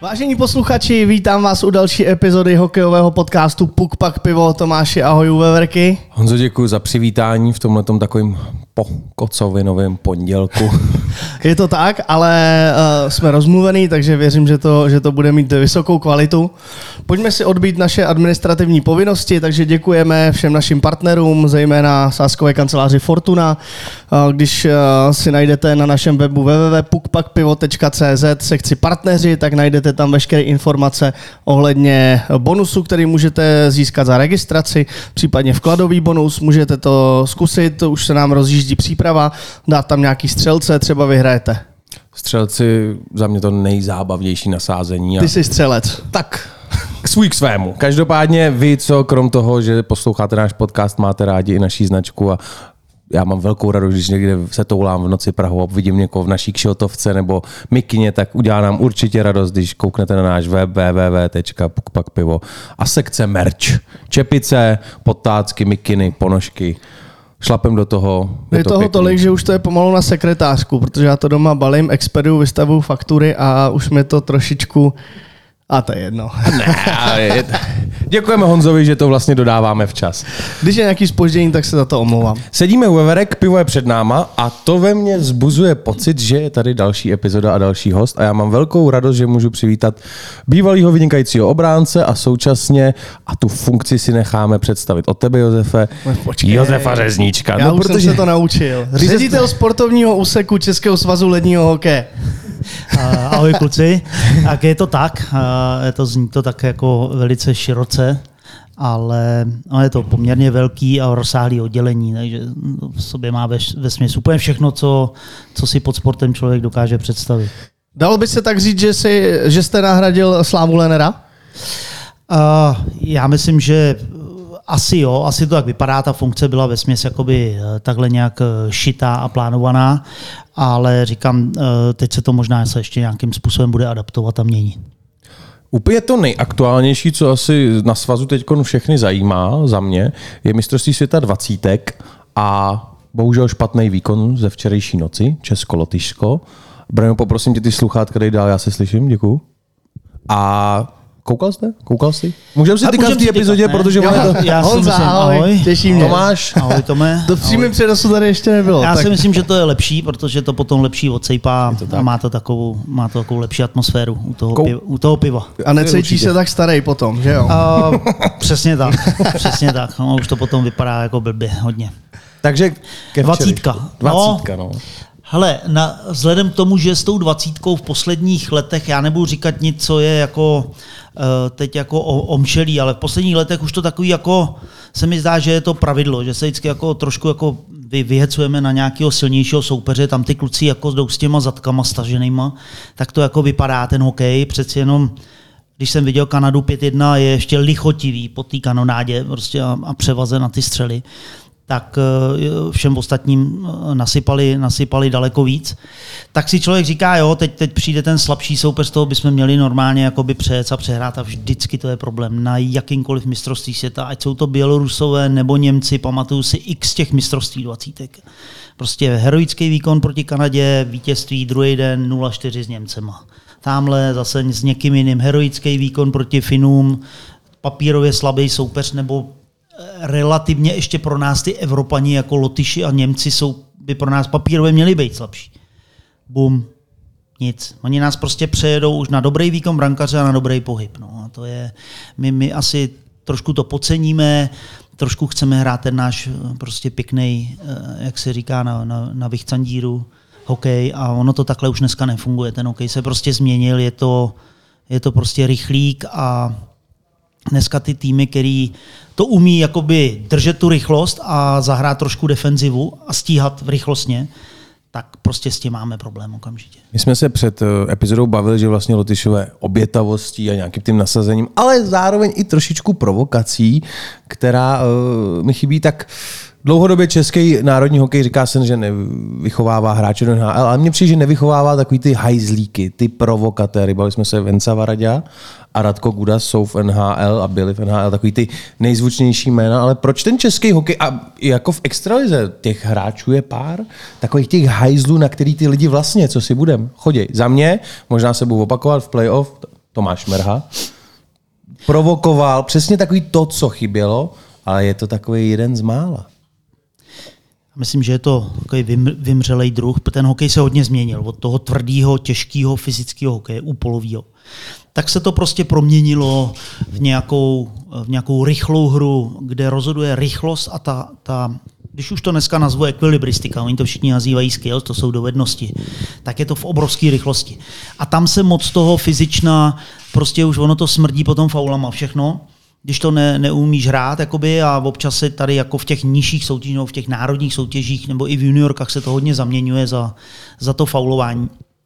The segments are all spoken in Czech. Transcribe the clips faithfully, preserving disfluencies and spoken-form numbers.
Vážení posluchači, vítám vás u další epizody hokejového podcastu Puk Pak Pivo. Tomáši, ahoj u Veverky. Honzo, děkuji za přivítání v tomhletom takovým pokocovinovém pondělku. Je to tak, ale uh, jsme rozmluvení, takže věřím, že to, že to bude mít vysokou kvalitu. Pojďme si odbít naše administrativní povinnosti, takže děkujeme všem našim partnerům, zejména sáskové kanceláři Fortuna. Uh, když uh, si najdete na našem webu w w w tečka puk pak pivo tečka c z sekci partneři, tak najdete tam veškeré informace ohledně bonusu, který můžete získat za registraci, případně vkladový bonus, můžete to zkusit, už se nám rozjíždí příprava, dát tam nějaký střelce, třeba vyhrajete. Střelci za mě to nejzábavnější nasázení. Ty jsi střelec. Tak, k svůj k svému. Každopádně vy, co krom toho, že posloucháte náš podcast, máte rádi i naší značku a já mám velkou radost, když někde se toulám v noci Prahu a vidím někoho v naší kšiltovce nebo mikině, tak udělá nám určitě radost, když kouknete na náš web w w w tečka puk pak pivo a sekce merch. Čepice, potácky, mikiny, ponožky. Šlapem do toho. Je, je to toho pěkný. Tolik, že už to je pomalu na sekretářku, protože já to doma balím, expeduju, vystavuju faktury a už mi to trošičku... A to je jedno. Ne, je... Děkujeme Honzovi, že to vlastně dodáváme včas. Když je nějaký zpoždění, tak se za to omlouvám. Sedíme u Veverek, pivo je před náma a to ve mně vzbuzuje pocit, že je tady další epizoda a další host a já mám velkou radost, že můžu přivítat bývalýho vynikajícího obránce a současně a tu funkci si necháme představit od tebe, Josefe. Počkej. Josefa Řezníčka. Já no, už protože... jsem se to naučil. Ředitel sportovního úseku Českého svazu ledního hokeje. Ahoj kluci, tak je to tak, je to, zní to tak jako velice široce, ale je to poměrně velký a rozsáhlý oddělení, takže v sobě má vesměs úplně všechno, co, co si pod sportem člověk dokáže představit. Dalo by se tak říct, že, si, že jste nahradil Slávu Lennera? Uh, já myslím, že asi jo, asi to tak vypadá, ta funkce byla vesměs jakoby takhle nějak šitá a plánovaná, ale říkám, teď se to možná se ještě nějakým způsobem bude adaptovat a měnit. Úplně to nejaktuálnější, co asi na svazu teď všechny zajímá za mě, je mistrovství světa dvacítek a bohužel špatný výkon ze včerejší noci, Česko-Lotyšsko. Brano, poprosím tě ty sluchátka, dej dál, já se slyším, děkuju. A koukal jste? Koukal jsi? Můžeme si tykat v té epizodě, ne? Protože já, to... já si Honza, myslím, ahoj, ahoj. Těší mě. Tomáš. Ahoj, Tome. To v přímém přenosu tady ještě nebylo. Já tak. si myslím, že to je lepší, protože to potom lepší odsejpá a má to takovou, má to takovou lepší atmosféru u toho, Kou... piva, u toho piva. A necítíš se tak starý potom, že jo? Uh, přesně tak, přesně tak. No, už to potom vypadá jako blbě hodně. Takže ke Dvacítka. Dvacítka, no. Hele, na, vzhledem k tomu, že s tou dvacítkou v posledních letech, já nebudu říkat nic, co je jako uh, teď jako omšelý, ale v posledních letech už to takový jako, se mi zdá, že je to pravidlo, že se vždycky jako trošku jako vy, vyhecujeme na nějakého silnějšího soupeře, tam ty kluci jako jdou s těma zadkama staženýma, tak to jako vypadá ten hokej, přeci jenom když jsem viděl Kanadu pět jedna, je ještě lichotivý po té kanonádě prostě a, a převaze na ty střely, tak všem ostatním nasypali, nasypali daleko víc. Tak si člověk říká, jo, teď, teď přijde ten slabší soupeř, toho bychom měli normálně jakoby přejet a přehrát a vždycky to je problém. Na jakýmkoliv mistrovství světa, ať jsou to Bělorusové nebo Němci, pamatuju si x těch mistrovství dvacítek. Prostě heroický výkon proti Kanadě, vítězství druhý den nula čtyři s Němcema. Támhle zase s někým jiným heroický výkon proti Finům, papírově slabý soupeř nebo relativně ještě pro nás ty Evropani jako Lotyši a Němci jsou, by pro nás papírově měli být slabší. Bum, nic. Oni nás prostě přejedou už na dobrý výkon brankaře a na dobrý pohyb. No, a to je, my, my asi trošku to podceníme, trošku chceme hrát ten náš prostě pěkný, jak se říká na, na, na Vichcandíru, hokej a ono to takhle už dneska nefunguje. Ten hokej se prostě změnil, je to, je to prostě rychlík a dneska ty týmy, který to umí jakoby držet tu rychlost a zahrát trošku defenzivu a stíhat rychlostně, tak prostě s tím máme problém okamžitě. My jsme se před epizodou bavili, že vlastně Lotyšové obětavostí a nějakým tím nasazením, ale zároveň i trošičku provokací, která uh, mi chybí, tak dlouhodobě český národní hokej říká se, že nevychovává hráče do N H L, ale mně přijde, že nevychovává takový ty hajzlíky, ty provokatéry. Bavili jsme se Venca Varadě a Radko Gudas jsou v N H L a byli v N H L, takový ty nejzvučnější jména, ale proč ten český hokej a jako v extralize těch hráčů je pár takových těch hajzlů, na který ty lidi vlastně, co si budem, chodí. Za mě, možná se budu opakovat v playoff, Tomáš Merha, provokoval přesně takový to, co chybělo, ale je to takový jeden z mála. Myslím, že je to takový vymřelej druh. Ten hokej se hodně změnil od toho tvrdého, těžkého, fyzického hokeje, úpolového. Tak se to prostě proměnilo v nějakou, v nějakou rychlou hru, kde rozhoduje rychlost a ta, ta, když už to dneska nazvu ekvilibristika, oni to všichni nazývají skills, to jsou dovednosti, tak je to v obrovské rychlosti. A tam se moc toho fyzična, prostě už ono to smrdí potom faulama všechno, když to ne, neumíš hrát jakoby, a občas se tady jako v těch nižších soutěžích, v těch národních soutěžích nebo i v juniorkách se to hodně zaměňuje za, za to faulování.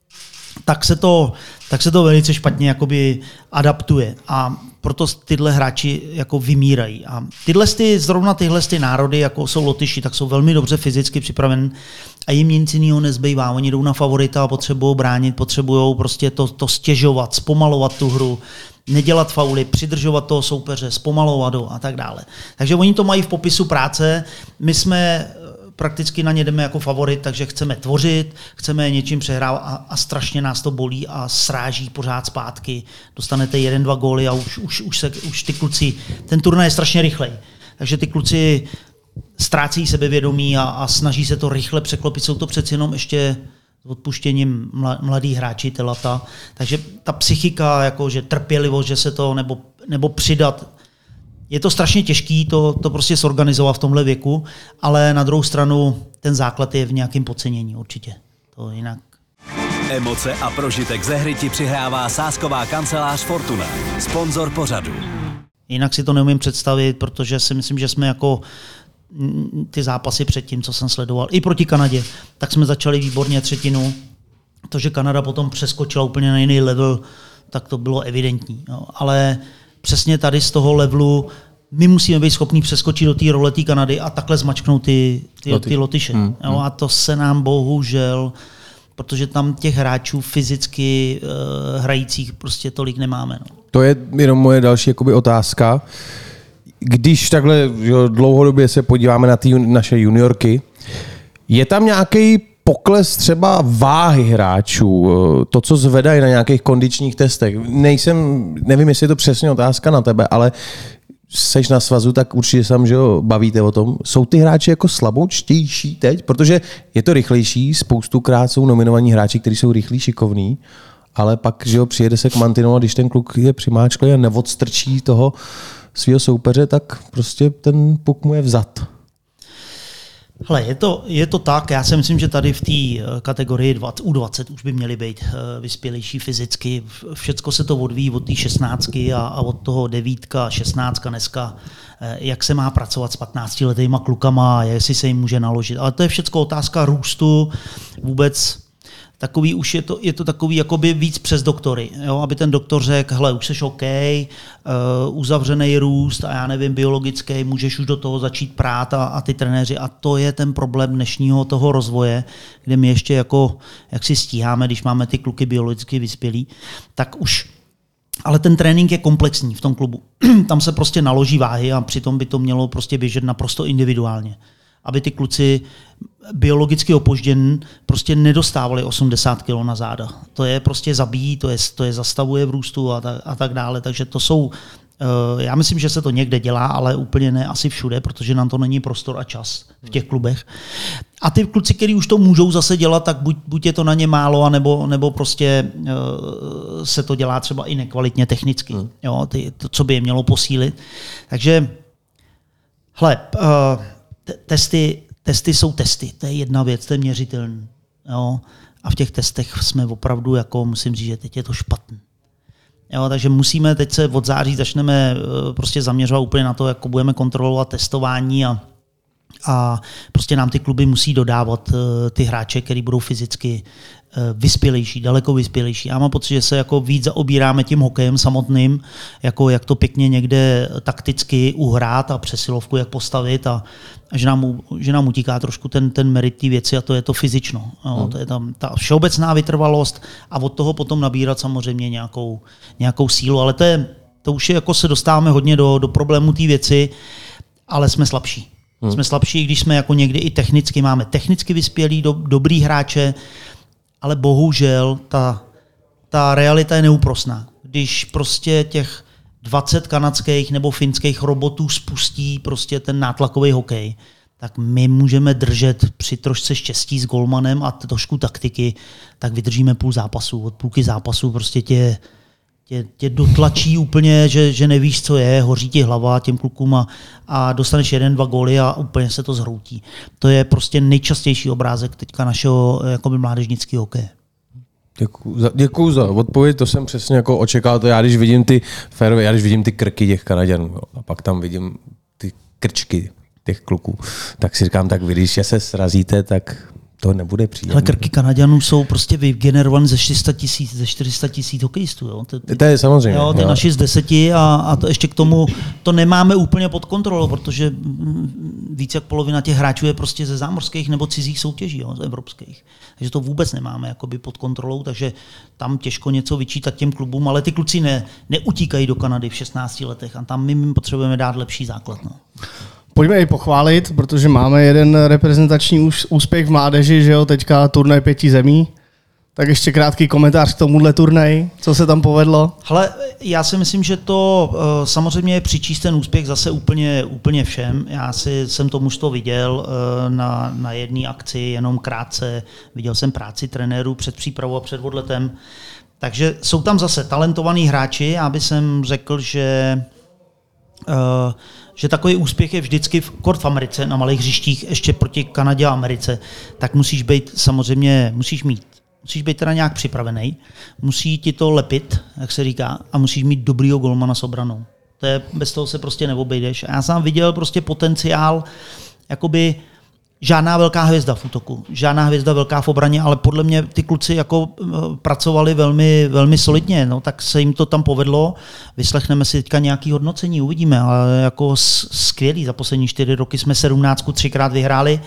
Tak se to, tak se to velice špatně jakoby adaptuje a proto tyhle hráči jako vymírají. A tyhle ty, zrovna tyhle ty národy, jako jsou Lotyši, tak jsou velmi dobře fyzicky připraveni a jim nic jiného nezbývá. Oni jdou na favorita a potřebují bránit, potřebují prostě to, to stěžovat, zpomalovat tu hru, nedělat fauly, přidržovat toho soupeře, zpomalovat ho a tak dále. Takže oni to mají v popisu práce. My jsme prakticky na ně jdeme jako favorit, takže chceme tvořit, chceme něčím přehrávat a, a strašně nás to bolí a sráží pořád zpátky. Dostanete jeden, dva góly a už, už, už, se, už ty kluci, ten turnaj je strašně rychlej. Takže ty kluci ztrácejí sebevědomí a, a snaží se to rychle překlopit. Jsou to přeci jenom ještě odpuštěním mladý hráči, telata. Takže ta psychika, jako, že trpělivost, že se to, nebo, nebo přidat, je to strašně těžký to, to prostě zorganizovat v tomhle věku, ale na druhou stranu ten základ je v nějakém podcenění určitě. To jinak. Emoce a prožitek ze hry ti přihrává sázková kancelář Fortuna, sponzor pořadu. Jinak si to neumím představit, protože si myslím, že jsme jako ty zápasy předtím, co jsem sledoval, i proti Kanadě, tak jsme začali výborně třetinu. To, že Kanada potom přeskočila úplně na jiný level, tak to bylo evidentní. Jo. Ale přesně tady z toho levelu my musíme být schopní přeskočit do té role té Kanady a takhle zmačknout ty, ty, Loty. ty Lotyše. Hmm, jo, a to se nám bohužel, protože tam těch hráčů fyzicky uh, hrajících prostě tolik nemáme. No. To je jenom moje další jakoby otázka. Když takhle jo, dlouhodobě se podíváme na ty naše juniorky, je tam nějaký pokles třeba váhy hráčů, to, co zvedají na nějakých kondičních testech? Nejsem, nevím, jestli je to přesně otázka na tebe, ale seš na svazu, tak určitě sám, že jo, bavíte o tom. Jsou ty hráči jako slaboučtější teď? Protože je to rychlejší, spoustukrát jsou nominovaní hráči, kteří jsou rychlí, šikovní, ale pak, že jo, přijede se k mantinelu a když ten kluk je přimáčklý a neodstrčí toho svého soupeře, tak prostě ten puk mu je vzad. Hele, je to, je to tak, já si myslím, že tady v té kategorii U dvacet už by měly být vyspělejší fyzicky. Všecko se to odvíjí od té šestnáctky a, a od toho devítka, šestnáctka dneska, jak se má pracovat s patnáctiletýma klukama, jestli se jim může naložit. Ale to je všecko otázka růstu, vůbec takový už je to, je to takový jakoby víc přes doktory, jo? Aby ten doktor řekl, hele, už seš OK, uh, uzavřený růst a já nevím, biologický, můžeš už do toho začít prát a, a ty trenéři. A to je ten problém dnešního toho rozvoje, kde my ještě jako, jak si stíháme, když máme ty kluky biologicky vyspělí, tak už. Ale ten trénink je komplexní v tom klubu. Tam se prostě naloží váhy a přitom by to mělo prostě běžet naprosto individuálně. Aby ty kluci biologicky opožděn prostě nedostávali osmdesát kilo na záda. To je prostě zabíjí, to je, to je zastavuje v růstu a tak, a tak dále. Takže to jsou, já myslím, že se to někde dělá, ale úplně ne asi všude, protože nám to není prostor a čas v těch klubech. A ty kluci, kteří už to můžou zase dělat, tak buď, buď je to na ně málo, anebo, nebo prostě se to dělá třeba i nekvalitně technicky. Hmm. Jo, ty, to, co by je mělo posílit. Takže, hle, uh, Testy, testy jsou testy, to je jedna věc, to je měřitelný. Jo? A v těch testech jsme opravdu, jako musím říct, že teď je to špatný. Jo, takže musíme, teď se od září začneme prostě zaměřovat úplně na to, jak budeme kontrolovat testování a, a prostě nám ty kluby musí dodávat ty hráče, který budou fyzicky vyspělejší, daleko vyspělejší. Já mám pocit, že se jako víc zaobíráme tím hokejem samotným, jako jak to pěkně někde takticky uhrát a přesilovku jak postavit a, a že, nám, že nám utíká trošku ten, ten merit té věci a to je to fyzično. Jo, hmm. To je tam ta všeobecná vytrvalost a od toho potom nabírat samozřejmě nějakou, nějakou sílu, ale to, je, to už je, jako se dostáváme hodně do, do problémů té věci, ale jsme slabší. Hmm. Jsme slabší, když jsme jako někdy i technicky, máme technicky vyspělí, do, dobrý hráče, ale bohužel ta, ta realita je neúprosná. když prostě těch dvacet kanadských nebo finských robotů spustí prostě ten nátlakový hokej, tak my můžeme držet při trošce štěstí s golmanem a trošku taktiky, tak vydržíme půl zápasu. Od půlky zápasu prostě tě, tě, tě dotlačí úplně, že, že nevíš, co je, hoří ti hlava těm klukům a, a dostaneš jeden, dva góly a úplně se to zhroutí. To je prostě nejčastější obrázek teďka našeho jakoby mládežnického hokeje. Děkuju za, děkuju za odpověď, to jsem přesně jako očekával. To já když vidím ty férové, já když vidím ty krky těch Kanaďanů, jo, a pak tam vidím ty krčky těch kluků, tak si říkám, tak vy, když se srazíte, tak to nebude příjemné. Ale krky Kanaďanů jsou prostě vygenerované ze čtyři sta tisíc, ze čtyři sta tisíc hokejistů. Jo? To, to je samozřejmě. Jo, ty jo. Naši z deseti a, a to ještě k tomu to nemáme úplně pod kontrolou, protože víc jak polovina těch hráčů je prostě ze zámořských nebo cizích soutěží, jo, z evropských. Takže to vůbec nemáme jakoby pod kontrolou, takže tam těžko něco vyčítat těm klubům, ale ty kluci ne, neutíkají do Kanady v šestnácti letech a tam my jim potřebujeme dát lepší základ. No. Pojďme ji pochválit, protože máme jeden reprezentační úspěch v mládeži, že jo, teďka turnaj pěti zemí. Tak ještě krátký komentář k tomuhle turnaji, co se tam povedlo? Hele, já si myslím, že to uh, samozřejmě je přičíst ten úspěch zase úplně, úplně všem. Já si, jsem to mužstvo viděl uh, na, na jedné akci jenom krátce, viděl jsem práci trenérů před přípravou a před odletem. Takže jsou tam zase talentovaní hráči, já bych jsem řekl, že uh, že takový úspěch je vždycky v, kort v Americe, na malých hřištích, ještě proti Kanadě a Americe, tak musíš být samozřejmě, musíš mít, musíš být teda nějak připravený, musí ti to lepit, jak se říká, a musíš mít dobrýho golmana s obranou. To je, bez toho se prostě neobejdeš. A já jsem viděl prostě potenciál, jakoby žádná velká hvězda v útoku, žádná hvězda velká v obraně, ale podle mě ty kluci jako pracovali velmi, velmi solidně, no, tak se jim to tam povedlo. Vyslechneme si teďka nějaké hodnocení, uvidíme, ale jako skvělý. Za poslední čtyři roky jsme sedmnáctku třikrát vyhráli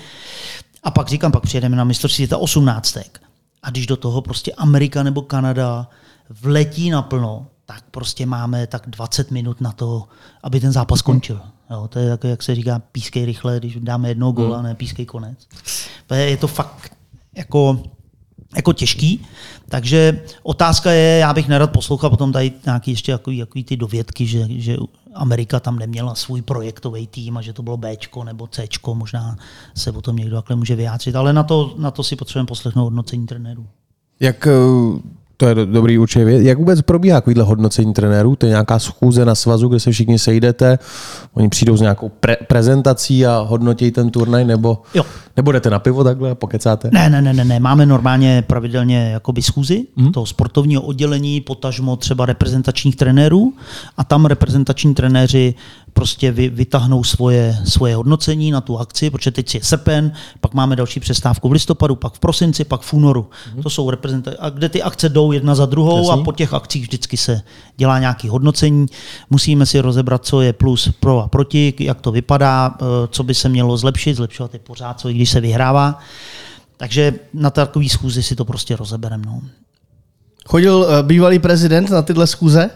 a pak říkám, pak přijedeme na mistrovství světa osmnáctek. A když do toho prostě Amerika nebo Kanada vletí naplno, tak prostě máme tak dvacet minut na to, aby ten zápas skončil. Jo, to je jako, jak se říká, pískej rychle, když dáme jednoho góla, ne pískej konec. Je to fakt jako, jako těžký. Takže otázka je, já bych nerad poslouchal potom tady nějaký ještě jako, jako ty dovědky, že, že Amerika tam neměla svůj projektový tým a že to bylo Bčko nebo Cčko, možná se o tom někdo takhle může vyjádřit, ale na to, na to si potřebujeme poslechnout hodnocení trenérů. Jak... To je dobrý určitě věc. Jak vůbec probíhá takovýhle hodnocení trenérů? To je nějaká schůze na svazu, kde se všichni sejdete, oni přijdou s nějakou pre- prezentací a hodnotí ten turnaj, nebo, nebo jdete na pivo takhle a pokecáte? Ne, ne, ne, ne, máme normálně pravidelně jakoby schůzi hmm. toho sportovního oddělení, potažmo třeba reprezentačních trenérů a tam reprezentační trenéři prostě vy, vytáhnou svoje, svoje hodnocení na tu akci, protože teď je srpen, pak máme další přestávku v listopadu, pak v prosinci, pak v únoru. Hmm. To jsou reprezentační, a kde ty akce jdou jedna za druhou. Jasný. A po těch akcích vždycky se dělá nějaké hodnocení. Musíme si rozebrat, co je plus, pro a proti, jak to vypadá, co by se mělo zlepšit, zlepšovat je pořád, co i když se vyhrává. Takže na takový schůzi si to prostě rozebereme. No. Chodil bývalý prezident na tyhle schůze?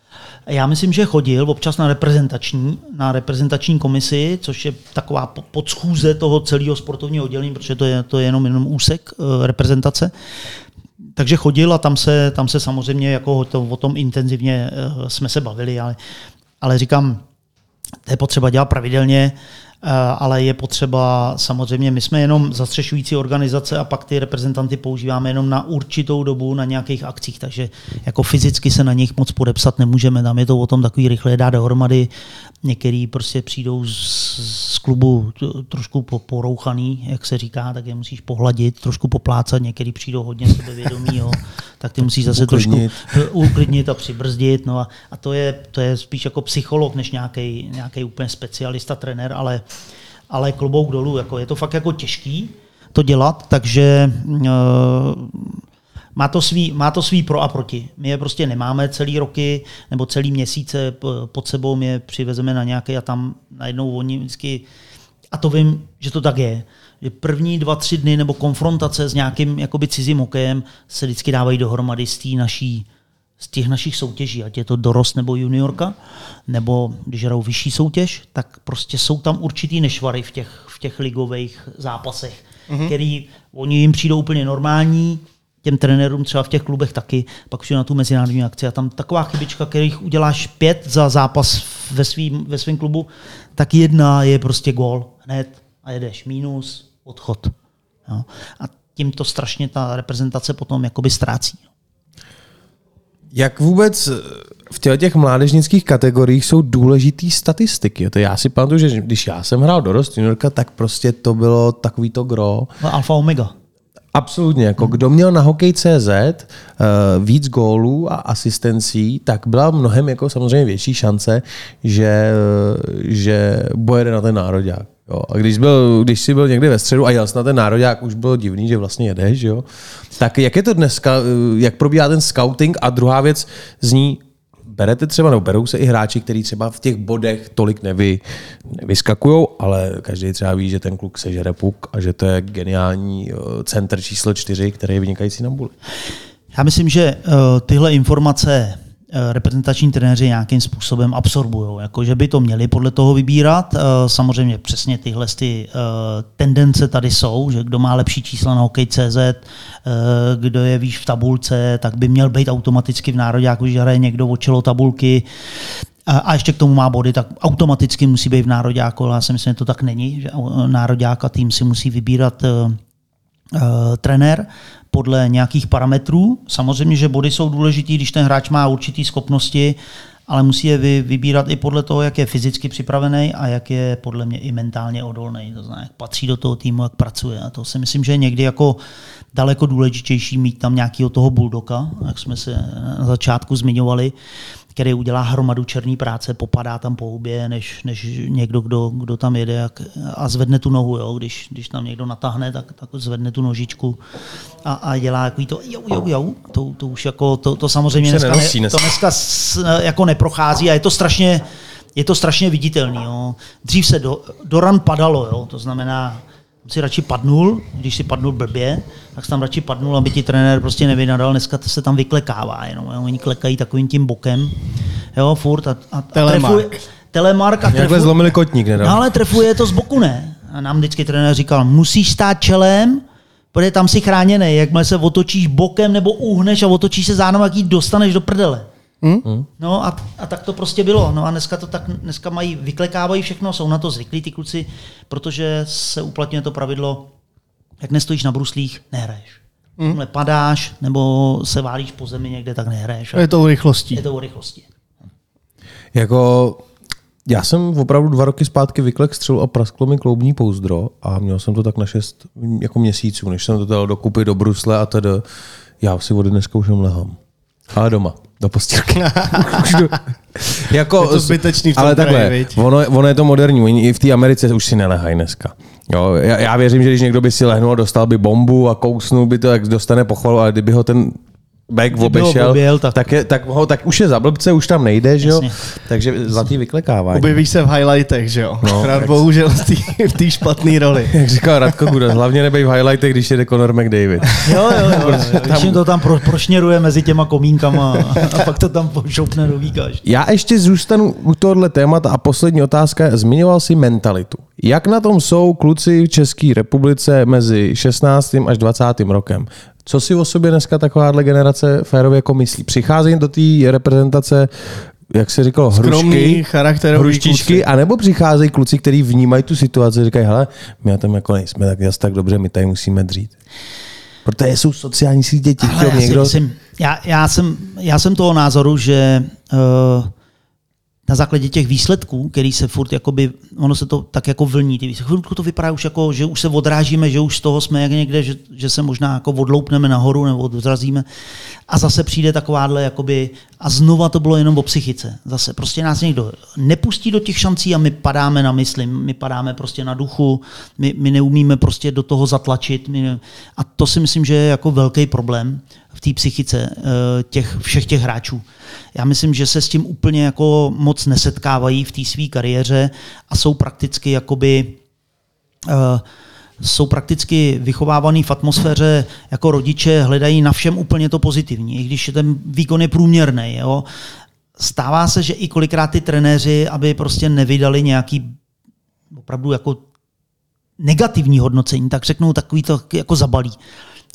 Já myslím, že chodil občas na reprezentační, na reprezentační komisi, což je taková podschůze toho celého sportovního oddělení, protože to je, to je jenom, jenom úsek reprezentace. Takže chodil a tam se, tam se samozřejmě jako to, o tom intenzivně uh, jsme se bavili, ale, ale říkám, to je potřeba dělat pravidelně, uh, ale je potřeba samozřejmě, my jsme jenom zastřešující organizace a pak ty reprezentanty používáme jenom na určitou dobu na nějakých akcích, takže jako fyzicky se na nich moc podepsat nemůžeme, tam je to o tom takový rychle dát dohromady. Některý prostě přijdou z, z klubu trošku porouchaný, jak se říká, tak je musíš pohladit, trošku poplácat, některý přijdou hodně sebevědomí, jo, tak ty musíš zase uklidnit. trošku uklidnit a přibrzdit. No a, a to, je, to je spíš jako psycholog, než nějaký, nějaký úplně specialista, trenér, ale, ale klobouk dolů. Jako je to fakt jako těžký to dělat, takže uh, Má to, svý, má to svý pro a proti. My je prostě nemáme celý roky nebo celý měsíce pod sebou, my je přivezeme na nějaké a tam najednou oni vždycky, a to vím, že to tak je, že první dva, tři dny nebo konfrontace s nějakým jakoby cizím hokejem se vždycky dávají dohromady z, tý naší, z těch našich soutěží, ať je to dorost nebo juniorka, nebo když hrajou vyšší soutěž, tak prostě jsou tam určitý nešvary v těch, v těch ligových zápasech, mm-hmm. který oni jim přijdou úplně normální, těm trenérům třeba v těch klubech taky, pak už je na tu mezinárodní akci a tam taková chybička, kterých uděláš pět za zápas ve svým, ve svém klubu, tak jedna je prostě gól hned a jedeš minus, odchod. Jo. A tím to strašně ta reprezentace potom jakoby ztrácí. Jak vůbec v těch mládežnických kategoriích jsou důležitý statistiky? To já si pamatuju, že když já jsem hrál dorost juniorka, tak prostě to bylo takový to gro. No, alfa omega. Absolutně. Jako kdo měl na hokej tečka cé zet uh, víc gólů a asistencí, tak byla mnohem jako samozřejmě větší šance, že, uh, že pojede na ten nároďák. Jo. A když, byl, když jsi byl někdy ve středu a jel jsi na ten nároďák, už bylo divný, že vlastně jedeš. Jo. Tak jak je to dneska, jak probíhá ten scouting? A druhá věc zní, berete třeba, nebo berou se i hráči, kteří třeba v těch bodech tolik nevy, nevyskakujou, ale každý třeba ví, že ten kluk sežere puk a že to je geniální center číslo čtyři, který je vynikající na buli. Já myslím, že uh, tyhle informace reprezentační trenéři nějakým způsobem absorbují, jako že by to měli podle toho vybírat. Samozřejmě přesně tyhle ty tendence tady jsou, že kdo má lepší čísla na hokej tečka cé zet, kdo je výš v tabulce, tak by měl být automaticky v nároďáku, když hraje někdo o čelo tabulky a ještě k tomu má body, tak automaticky musí být v nároďáku. Já si myslím, že to tak není, že nároďák a tým si musí vybírat Uh, trenér podle nějakých parametrů. Samozřejmě, že body jsou důležitý, když ten hráč má určitý schopnosti, ale musí je vy, vybírat i podle toho, jak je fyzicky připravený a jak je podle mě i mentálně odolný. To znamená, jak patří do toho týmu, jak pracuje. A to si myslím, že je někdy jako daleko důležitější mít tam nějakého toho bulldoga, jak jsme se na začátku zmiňovali, který udělá hromadu černý práce, popadá tam po hubě, než, než někdo, kdo, kdo tam jede jak, a zvedne tu nohu. Jo? Když, když tam někdo natáhne, tak, tak zvedne tu nožičku a, a dělá takový to jau, jau, jau. To, to už jako, to, to samozřejmě dneska, nenosí, ne, to dneska s, jako neprochází a je to strašně, je to strašně viditelný. Jo? Dřív se do, do ran padalo, jo? To znamená, si radši padnul, když si padnul blbě, tak si tam radši padnul, aby ti trenér prostě nevynadal. Dneska se tam vyklekává jenom. Jo. Oni klekají takovým tím bokem, jo, furt a, a, a trefuje, telemark a trefuje. Zlomili kotník, nedal. No, ale trefuje to z boku, ne? A nám vždycky trenér říkal, musíš stát čelem, protože tam si chráněný. Jakmile se otočíš bokem nebo uhneš a otočíš se zádem, jak jí dostaneš do prdele. Hmm? No a, a tak to prostě bylo. No a dneska to tak dneska mají, vyklekávají všechno, jsou na to zvyklí ty kluci, protože se uplatňuje to pravidlo, jak nestojíš na bruslích, nehraješ. Hmm. Padáš nebo se válíš po zemi někde, tak nehraješ. Je to o rychlosti. Je to o rychlosti. Jako já jsem opravdu dva roky zpátky vyklek střelu a prasklo mi kloubní pouzdro a měl jsem to tak na šest jako měsíců, než jsem to dal dokupy do brusle a tedy já si vody dneska už nemlehám. Ale doma, do postýlky. Jako, je to zbytečný v tom ale kraji, takhle, ono, ono je to moderní, oni i v té Americe už si nelehají dneska. Jo, já, já věřím, že když někdo by si lehnul a dostal by bombu a kousnul by to, jak dostane pochvalu, ale kdyby ho ten back obešel, objel, tak... Tak, je, tak, ho, tak už je za blbce, už tam nejde, že jo? Takže zlatý vyklekávání. Objeví se v highlightech, že jo? No, Rád bohužel v té špatné roli. Jak říkal Radko Gudas, hlavně nebej v highlightech, když jede Conor McDavid. Jo, jo, jo. jo. Když jim to tam pro, prošněruje mezi těma komínkama a pak to tam pošoupne do výkaž. Já ještě zůstanu u tohohle témata a poslední otázka. Zmiňoval jsi mentalitu. Jak na tom jsou kluci v České republice mezi šestnáctým až dvacátým rokem? Co si o sobě dneska takováhle generace férově jako myslí? Přicházejí do té reprezentace, jak se říkalo, hrušky, hruštičky, anebo přicházejí kluci, kteří vnímají tu situaci a říkají, hele, my tam jako nejsme tak jas tak dobře, my tady musíme dřít. Protože jsou sociální sítě těch, já, někdo... Myslím, já, já, jsem, já jsem toho názoru, že uh, na základě těch výsledků, který se furt, jakoby, ono se to tak jako vlní, ty výsledky, to vypadá už jako, že už se odrážíme, že už z toho jsme jak někde, že, že se možná jako odloupneme nahoru nebo odrazíme a zase přijde takováhle, jakoby, a znova to bylo jenom o psychice. Zase prostě nás někdo nepustí do těch šancí a my padáme na mysli, my padáme prostě na duchu, my, my neumíme prostě do toho zatlačit my, a to si myslím, že je jako velký problém v té psychice těch, všech těch hráčů. Já myslím, že se s tím úplně jako moc nesetkávají v té své kariéře a jsou prakticky jakoby uh, jsou prakticky vychovávaný v atmosféře jako rodiče, hledají na všem úplně to pozitivní, i když ten výkon je průměrný. Jo. Stává se, že i kolikrát ty trenéři, aby prostě nevydali nějaký opravdu jako negativní hodnocení, tak řeknou takový to jako zabalí.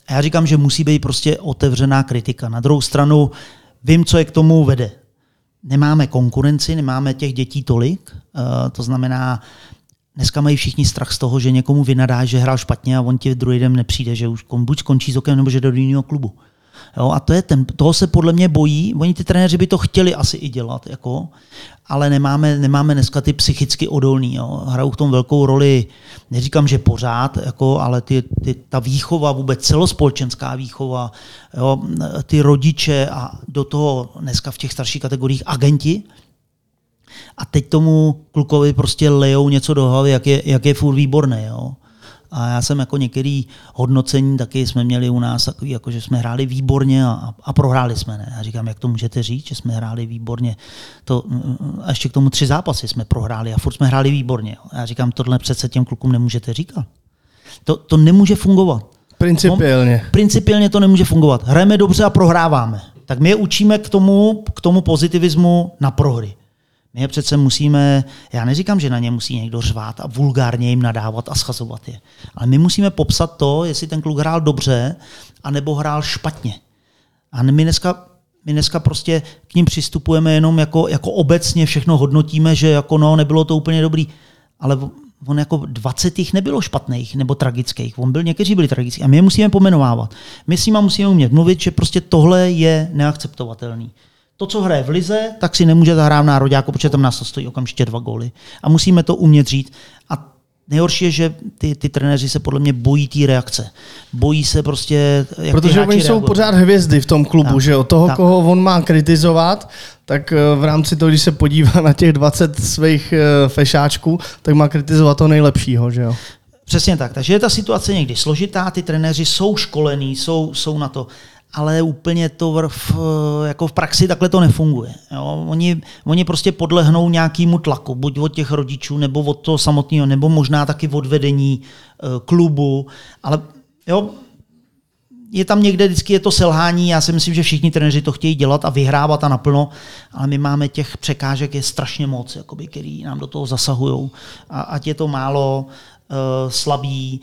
A já říkám, že musí být prostě otevřená kritika. Na druhou stranu vím, co je k tomu vede. Nemáme konkurenci, nemáme těch dětí tolik, to znamená, dneska mají všichni strach z toho, že někomu vynadá, že hrál špatně a on ti druhý den nepřijde, že už buď skončí s okem, nebo že do jiného klubu. Jo, a to je ten, toho se podle mě bojí. Oni ty trenéři by to chtěli asi i dělat, jako, ale nemáme, nemáme dneska ty psychicky odolný. Jo. Hrajou v tom velkou roli, neříkám, že pořád, jako, ale ty, ty, ta výchova, vůbec celospolečenská výchova, jo, ty rodiče a do toho dneska v těch starších kategoriích agenti. A teď tomu klukovi prostě lejou něco do hlavy, jak je, jak je furt výborný. Jo. A já jsem jako některý hodnocení taky jsme měli u nás takový, jako že jsme hráli výborně a, a prohráli jsme. Ne? Já říkám, jak to můžete říct, že jsme hráli výborně. To, a ještě k tomu tři zápasy jsme prohráli a furt jsme hráli výborně. Já říkám, tohle přece těm klukům nemůžete říkat. To, to nemůže fungovat. Principiálně. No, principiálně to nemůže fungovat. Hrajeme dobře a prohráváme. Tak my je učíme k tomu, k tomu pozitivismu na prohry. My je přece musíme, já neříkám, že na ně musí někdo řvát a vulgárně jim nadávat a schazovat je. Ale my musíme popsat to, jestli ten kluk hrál dobře, anebo hrál špatně. A my dneska, my dneska prostě k ním přistupujeme jenom jako, jako obecně, všechno hodnotíme, že jako no, nebylo to úplně dobrý. Ale on jako dvacet jich nebylo špatných nebo tragických. On byl, někteří byli tragický. A my je musíme pomenovávat. My s nimi musíme umět mluvit, že prostě tohle je neakceptovatelný. To, co hraje v lize, tak si nemůže zahrát v nároďáku, protože tam nás to stojí okamžitě dva góly. A musíme to umět říct. A nejhorší je, že ty, ty trenéři se podle mě bojí té reakce. Bojí se prostě, jak protože oni jsou reagují. Pořád hvězdy v tom klubu, tak, že od toho, tak. koho on má kritizovat, tak v rámci toho, když se podívá na těch dvacet svých fešáčků, tak má kritizovat toho nejlepšího, že jo? Přesně tak. Takže je ta situace někdy složitá, ty trenéři jsou školení, jsou, jsou na to. Ale úplně to v, jako v praxi takhle to nefunguje. Jo? Oni, oni prostě podlehnou nějakému tlaku, buď od těch rodičů, nebo od toho samotného, nebo možná taky od vedení uh, klubu. Ale jo, je tam někde vždycky je to selhání, já si myslím, že všichni trenéři to chtějí dělat a vyhrávat a naplno, ale my máme těch překážek je strašně moc, jakoby, který nám do toho zasahují. A ať je to málo uh, slabý,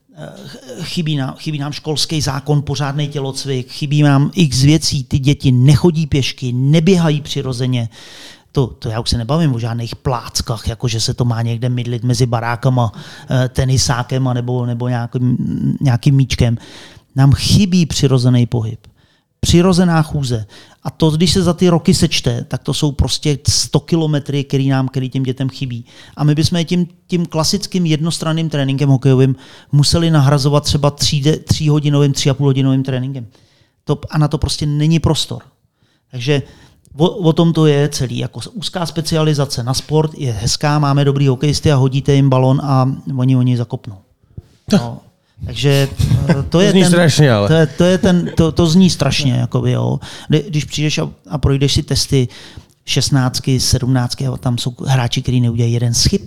Chybí nám, chybí nám školský zákon, pořádný tělocvik, chybí nám x věcí, ty děti nechodí pěšky, neběhají přirozeně. To, to já už se nebavím o žádných pláckách, jako že se to má někde mydlit mezi barákama, tenisákem nebo, nebo nějakým, nějakým míčkem. Nám chybí přirozený pohyb. Přirozená chůze. A to, když se za ty roky sečte, tak to jsou prostě sto kilometrů, který nám, který těm dětem chybí. A my bychom tím, tím klasickým jednostranným tréninkem hokejovým museli nahrazovat třeba tří, tříhodinovým, tři a půl hodinovým tréninkem. To, a na to prostě není prostor. Takže o, o tom to je celý. Jako úzká specializace na sport je hezká, máme dobrý hokejisty a hodíte jim balon a oni oni zakopnou. No. Takže to je, to zní ten, strašně, ale. To, je, to, je ten, to, to zní strašně. Jakoby, jo. Když přijdeš a, a projdeš si testy šestnáctky, sedmnáctky a tam jsou hráči, kteří neudělají jeden chyb.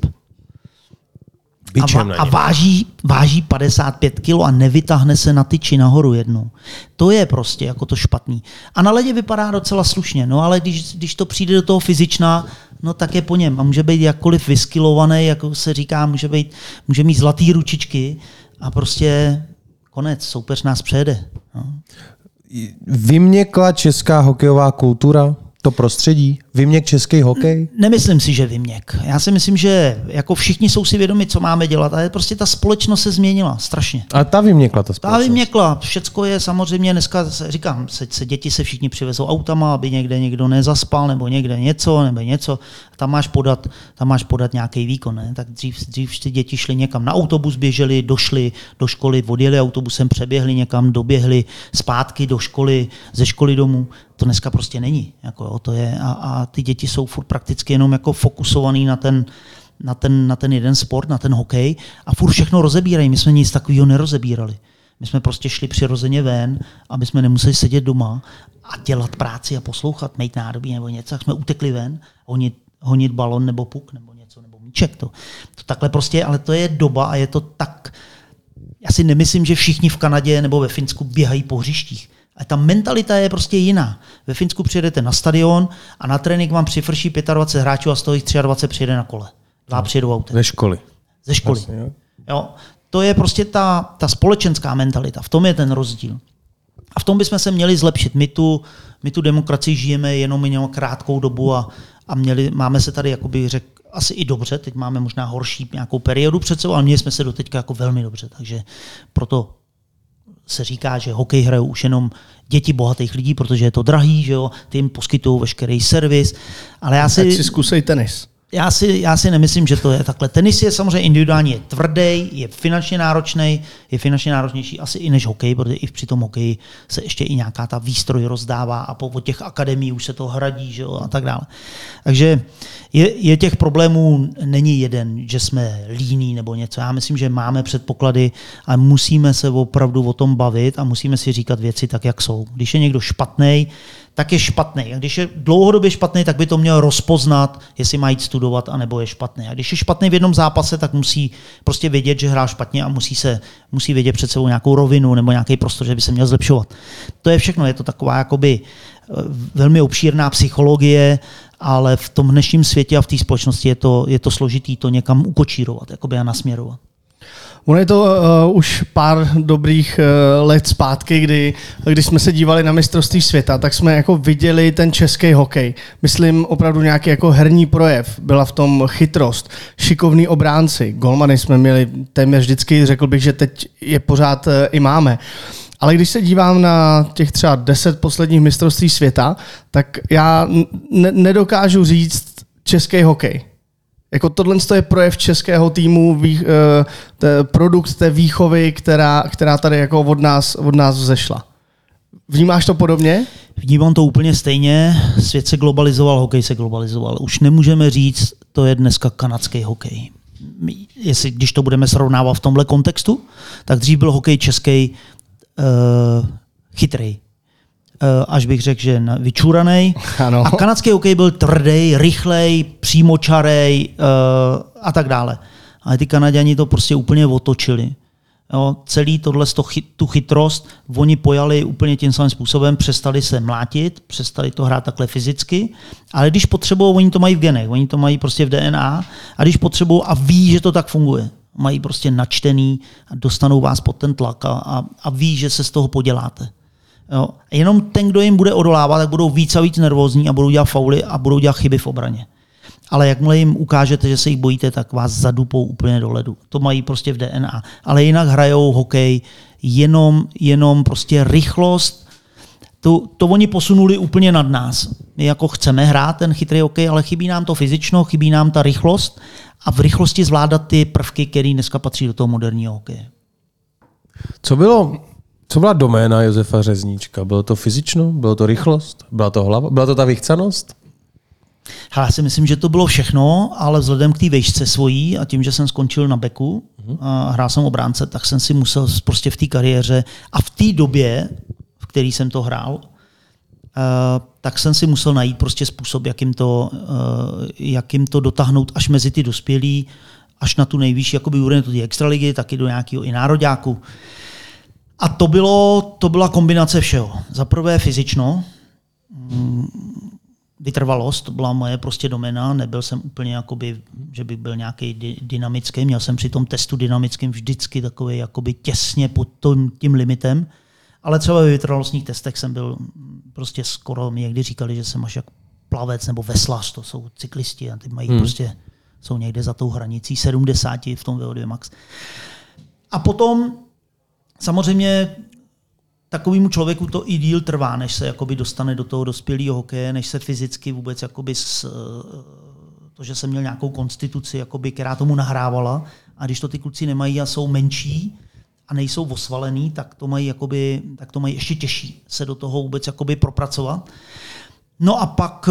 A, va, a váží, váží padesát pět kilo a nevytáhne se na tyči nahoru jednou. To je prostě jako to špatný. A na ledě vypadá docela slušně, no ale když, když to přijde do toho fyzičná, no tak je po něm. A může být jakkoliv vyskilovaný, jako se říká, může, být, může mít zlatý ručičky, a prostě konec, soupeř nás přejede. No. Vyměkla česká hokejová kultura? To prostředí? Vyměk český hokej? Nemyslím si, že vyměk. Já si myslím, že jako všichni jsou si vědomi, co máme dělat, ale prostě ta společnost se změnila strašně. A ta vyměkla ta společnost? Ta vyměkla. Všecko je samozřejmě dneska, říkám, se, se děti se všichni přivezou autama, aby někde někdo nezaspal, nebo někde něco, nebo něco. Tam máš podat, tam máš podat nějaký výkon. Ne? Tak dřív, dřív ty děti šly někam na autobus, běželi, došli do školy, odjeli autobusem, přeběhli někam, doběhli zpátky do školy, ze školy domů. To dneska prostě není. Jako, jo, to je, a, a ty děti jsou furt prakticky jenom jako fokusovaný na ten, na, ten, na ten jeden sport, na ten hokej a furt všechno rozebírají. My jsme nic takového nerozebírali. My jsme prostě šli přirozeně ven, aby jsme nemuseli sedět doma a dělat práci a poslouchat, mít nádobí nebo něco. Tak jsme utekli ven, honit, honit balon nebo puk nebo něco, nebo míček. To, to takhle prostě, ale to je doba a je to tak... Já si nemyslím, že všichni v Kanadě nebo ve Finsku běhají po hřištích. Ale ta mentalita je prostě jiná. Ve Finsku přijedete na stadion a na trénink vám přifrší dvacet pět hráčů a z toho jich dvacet tři přijede na kole. Dva přijedou autem. Ze školy. Ze školy. Vlastně, jo. Jo. to je prostě ta, ta společenská mentalita, v tom je ten rozdíl. A v tom bychom se měli zlepšit. My tu, my tu demokracii žijeme jenom jenom krátkou dobu a, a měli, máme se tady, jakoby řekl, asi i dobře, teď máme možná horší nějakou periodu před sebou, ale měli jsme se do teďka jako velmi dobře, takže proto se říká, že hokej hrajou už jenom děti bohatých lidí, protože je to drahý, že jo, ty jim poskytují veškerý servis, ale já si... Tak si zkusej tenis. Já si, já si nemyslím, že to je takhle. Tenis je samozřejmě individuálně je tvrdý, je finančně náročný, je finančně náročnější asi i než hokej, protože i při tom hokeji se ještě i nějaká ta výstroj rozdává a po, po těch akademií už se to hradí, že jo, a tak dále. Takže je, je těch problémů není jeden, že jsme líní nebo něco. Já myslím, že máme předpoklady a musíme se opravdu o tom bavit a musíme si říkat věci tak, jak jsou. Když je někdo špatnej, tak je špatný. A když je dlouhodobě špatný, tak by to měl rozpoznat, jestli má jít studovat, anebo je špatný. A když je špatný v jednom zápase, tak musí prostě vědět, že hrál špatně a musí se musí vědět před sebou nějakou rovinu nebo nějaký prostor, že by se měl zlepšovat. To je všechno. Je to taková jakoby velmi obšírná psychologie, ale v tom dnešním světě a v té společnosti je to, je to složitý to někam ukočírovat jakoby a nasměrovat. Ono je to uh, už pár dobrých uh, let zpátky, kdy, když jsme se dívali na mistrovství světa, tak jsme jako viděli ten český hokej. Myslím opravdu nějaký jako herní projev. Byla v tom chytrost, šikovní obránci, golmany jsme měli téměř vždycky, řekl bych, že teď je pořád uh, i máme. Ale když se dívám na těch třeba deset posledních mistrovství světa, tak já n- nedokážu říct český hokej. Jako tohle je projev českého týmu, vý, te, produkt té výchovy, která, která tady jako od nás, od nás vzešla. Vnímáš to podobně? Vnímám to úplně stejně. Svět se globalizoval, hokej se globalizoval. Už nemůžeme říct, to je dneska kanadský hokej. Jestli, když to budeme srovnávat v tomhle kontextu, tak dřív byl hokej český uh, chytrej. Až bych řekl, že vyčuranej. Ano. A kanadský hokej byl tvrdý, rychlej, přímočarej uh, a tak dále. Ale ty Kanaďani to prostě úplně otočili. Jo, celý tohle, tu chytrost, oni pojali úplně tím samým způsobem, přestali se mlátit, přestali to hrát takhle fyzicky, ale když potřebují, oni to mají v genech, oni to mají prostě v D N A a když potřebují a ví, že to tak funguje, mají prostě načtený a dostanou vás pod ten tlak a, a, a ví, že se z toho poděláte. Jo. Jenom ten, kdo jim bude odolávat, tak budou víc a víc nervózní a budou dělat fauly a budou dělat chyby v obraně. Ale jakmile jim ukážete, že se jich bojíte, tak vás zadupou úplně do ledu. To mají prostě v D N A. Ale jinak hrajou hokej jenom, jenom prostě rychlost. To, to oni posunuli úplně nad nás. My jako chceme hrát ten chytrý hokej, ale chybí nám to fyzično, chybí nám ta rychlost a v rychlosti zvládat ty prvky, které dneska patří do toho moderního hokeje. Co bylo... Co byla doména Josefa Řezníčka? Bylo to fyzično? Bylo to rychlost? Byla to hlava? Byla to ta vychcanost? Já si myslím, že to bylo všechno, ale vzhledem k té vejšce svojí a tím, že jsem skončil na beku a hrál jsem obránce, tak jsem si musel prostě v té kariéře a v té době, v které jsem to hrál, tak jsem si musel najít prostě způsob, jak jim to, jak jim to dotáhnout až mezi ty dospělí, až na tu nejvyšší jakoby úroveň do té extraligy, taky do nějakého i nároďáku. A to, bylo, to byla kombinace všeho. Za prvé fyzično, vytrvalost, to byla moje prostě domena, nebyl jsem úplně jakoby, že bych byl nějaký dynamický, měl jsem při tom testu dynamickým vždycky takový jakoby těsně pod tím, tím limitem, ale třeba ve vytrvalostních testech jsem byl prostě skoro, mi někdy říkali, že jsem až jak plavec nebo veslař, to jsou cyklisti a ty mají hmm. prostě, jsou někde za tou hranicí sedmdesát v tom V O dva max. A potom samozřejmě takovému člověku to i díl trvá, než se jakoby dostane do toho dospělého hokeje, než se fyzicky vůbec jakoby s, to, že jsem měl nějakou konstituci, jakoby, která tomu nahrávala. A když to ty kluci nemají a jsou menší a nejsou osvalený, tak to mají, jakoby, tak to mají ještě těžší se do toho vůbec jakoby propracovat. No a pak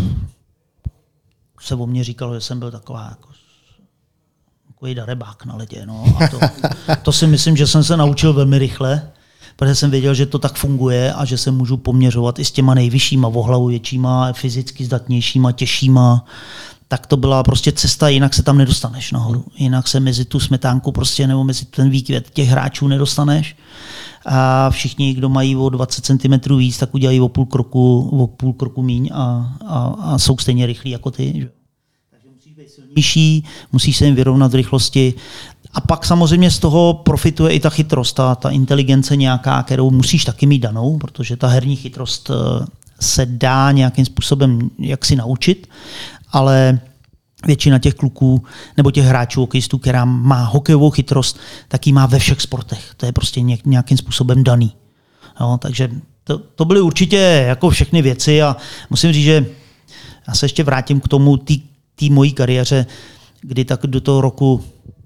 se o mně říkalo, že jsem byl taková jako takový darebák na ledě. No. A to, to si myslím, že jsem se naučil velmi rychle, protože jsem věděl, že to tak funguje a že se můžu poměřovat i s těma nejvyššíma, o hlavu většíma, fyzicky zdatnějšíma, těžšíma. Tak to byla prostě cesta, jinak se tam nedostaneš nahoru. Jinak se mezi tu smetánku prostě, nebo mezi ten výkvět těch hráčů nedostaneš. A všichni, kdo mají o dvacet centimetrů víc, tak udělají o půl kroku, o půl kroku míň a, a, a jsou stejně rychlí jako ty. Že? Takže musíš být silnější, musíš se jim vyrovnat v rychlosti A pak samozřejmě z toho profituje i ta chytrost, ta, ta inteligence nějaká, kterou musíš taky mít danou, protože ta herní chytrost se dá nějakým způsobem jaksi naučit, ale většina těch kluků nebo těch hráčů hokejistů, která má hokejovou chytrost, tak ji má ve všech sportech. To je prostě nějakým způsobem daný. Jo, takže to, to byly určitě jako všechny věci a musím říct, že já se ještě vrátím k tomu té mojí kariéře, kdy tak do toho roku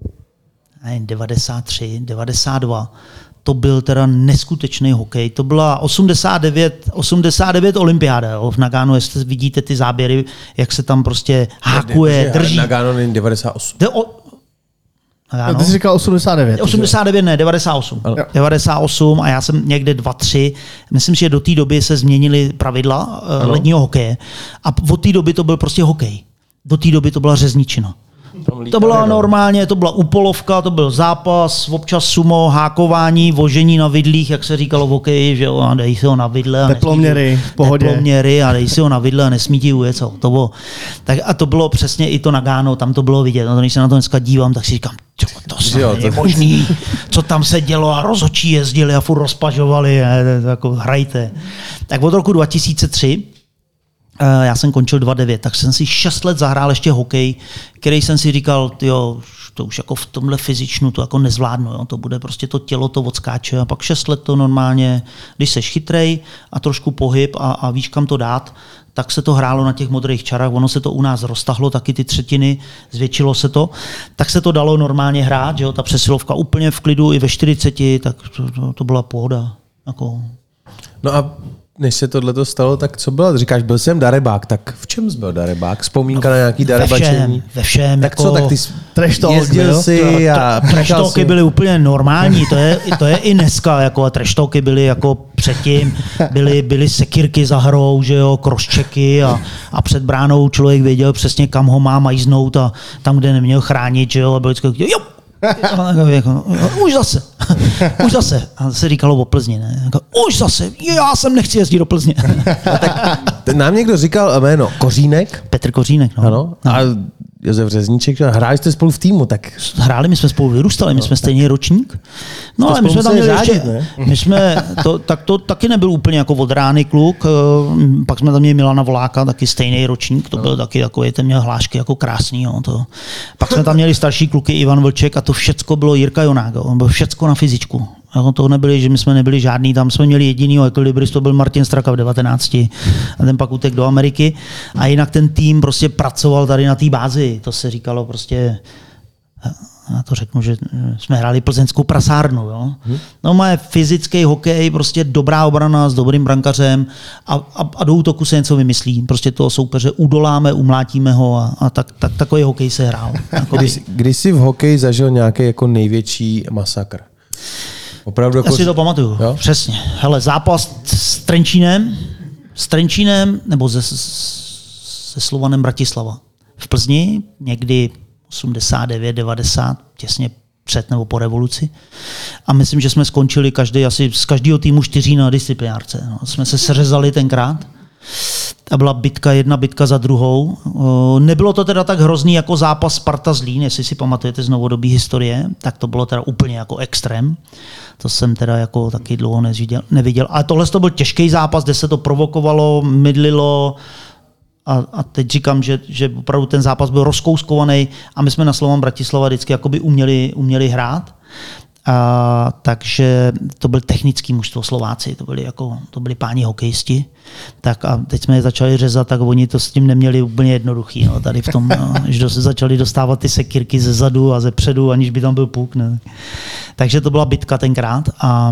ne, devadesát tři, devadesát dva, to byl teda neskutečný hokej. To byla osmdesát devět, osmdesát devět olympiáda, jo, v Nagano, jestli vidíte ty záběry, jak se tam prostě hákuje, drží. Nagano není devadesát osm. Nagano? Ty jsi říkal osmdesát devět. osmdesát devět ne, devadesát osm. Ano. devadesát osm a já jsem někde dva tři. Myslím si, že do té doby se změnily pravidla ano. ledního hokeje a od té doby to byl prostě hokej. Do té doby to byla řezničina. To byla normálně, to byla upolovka, to byl zápas, občas sumo, hákování, vožení na vidlích, jak se říkalo v hokeji, že jo, a dej si ho na vidle. Teploměry, v pohodě. Teploměry a dej si ho na vidle a nesmí ti ujet, co to bylo. Tak a to bylo přesně i to Nagano, tam to bylo vidět. No, když se na to dneska dívám, tak si říkám, čo, to se jo, je to... možný, co tam se dělo a rozhodčí jezdili a furt rozpažovali, a, jako hrajte. Tak od roku dva tisíce tři já jsem končil dva devět, tak jsem si šest let zahrál ještě hokej, který jsem si říkal, jo, to už jako v tomhle fyzičnu to jako nezvládnu, jo, to bude prostě to tělo to odskáče a pak šest let to normálně, když seš chytrej a trošku pohyb a, a víš kam to dát, tak se to hrálo na těch modrých čarách, ono se to u nás roztahlo, taky ty třetiny, zvětšilo se to, tak se to dalo normálně hrát, že jo, ta přesilovka úplně v klidu i ve čtyřiceti, tak to, to, to byla pohoda. Jako. No a než se tohle stalo, tak co bylo? Říkáš, byl jsem darebák, tak v čem jsi byl darebák? Vzpomínka no, na nějaký darebačení? Ve všem, ve všem. Tak jako co, tak ty trash talk, jezdil si a trash talky byly úplně normální, to je, to je i dneska, jako a trash talky byly jako předtím, byly, byly sekírky za hrou, že jo, crosschecky a, a před bránou člověk věděl přesně, kam ho má majznout a tam, kde neměl chránit, že jo, a byl vždycky, jo, už zase, už zase. A se říkalo o Plzni, ne? Už zase, já jsem nechci jezdit do Plzně. Tak, nám někdo říkal jméno Kořínek. Petr Kořínek, no. Ano, a Josef Řezníček, hráli jste spolu v týmu, tak... Hráli, my jsme spolu vyrůstali, my jsme stejný ročník. No ale my jsme tam měli řádit, ještě, ne? my jsme, to, tak to taky nebyl úplně jako od rány kluk, pak jsme tam měli Milana Voláka, taky stejný ročník, to byl taky takový, ten měl hlášky jako krásný. Jo, to. Pak jsme tam měli starší kluky, Ivan Vlček a to všecko bylo Jirka Jonák, on byl všecko na fyzičku. Jako to nebyli, že my jsme nebyli žádný, tam jsme měli jedinýho ekvilibrist, to byl Martin Straka v devatenácti a ten pak utek do Ameriky a jinak ten tým prostě pracoval tady na té bázi, to se říkalo prostě, já to řeknu, že jsme hráli plzeňskou prasárnu, jo. Hmm. No má fyzický hokej, prostě dobrá obrana s dobrým brankařem a, a, a do útoku se něco vymyslí, prostě toho soupeře udoláme, umlátíme ho a, a tak, tak, takový hokej se hrál. Když, když jsi v hokeji zažil nějaký jako největší masakr? Opravdu jako... Já si to pamatuju, jo? Přesně. Hele, zápas s Trenčínem, s Trenčínem nebo se, se Slovanem Bratislava. V Plzni někdy osmdesát devět devadesát, těsně před nebo po revoluci. A myslím, že jsme skončili každý, asi z každého týmu čtyří na disciplinárce. No, jsme se seřezali tenkrát. A byla bitka, jedna bitka za druhou. Nebylo to teda tak hrozný jako zápas Sparta Zlín, jestli si pamatujete z novodobí historie, tak to bylo teda úplně jako extrém. To jsem teda jako taky dlouho neviděl. neviděl. Ale tohle to byl těžký zápas, kde se to provokovalo, mydlilo a, a teď říkám, že, že opravdu ten zápas byl rozkouskovaný a my jsme na Slovan Bratislava vždycky jakoby uměli, uměli hrát. A, takže to byl technický mužstvo Slováci, to byli, jako, to byli páni hokejisti. Tak a teď jsme je začali řezat, tak oni to s tím neměli úplně jednoduchý. No, tady v tom, no, že se začali dostávat ty sekírky ze zadu a ze předu, aniž by tam byl puk. Ne. Takže to byla bitka tenkrát a,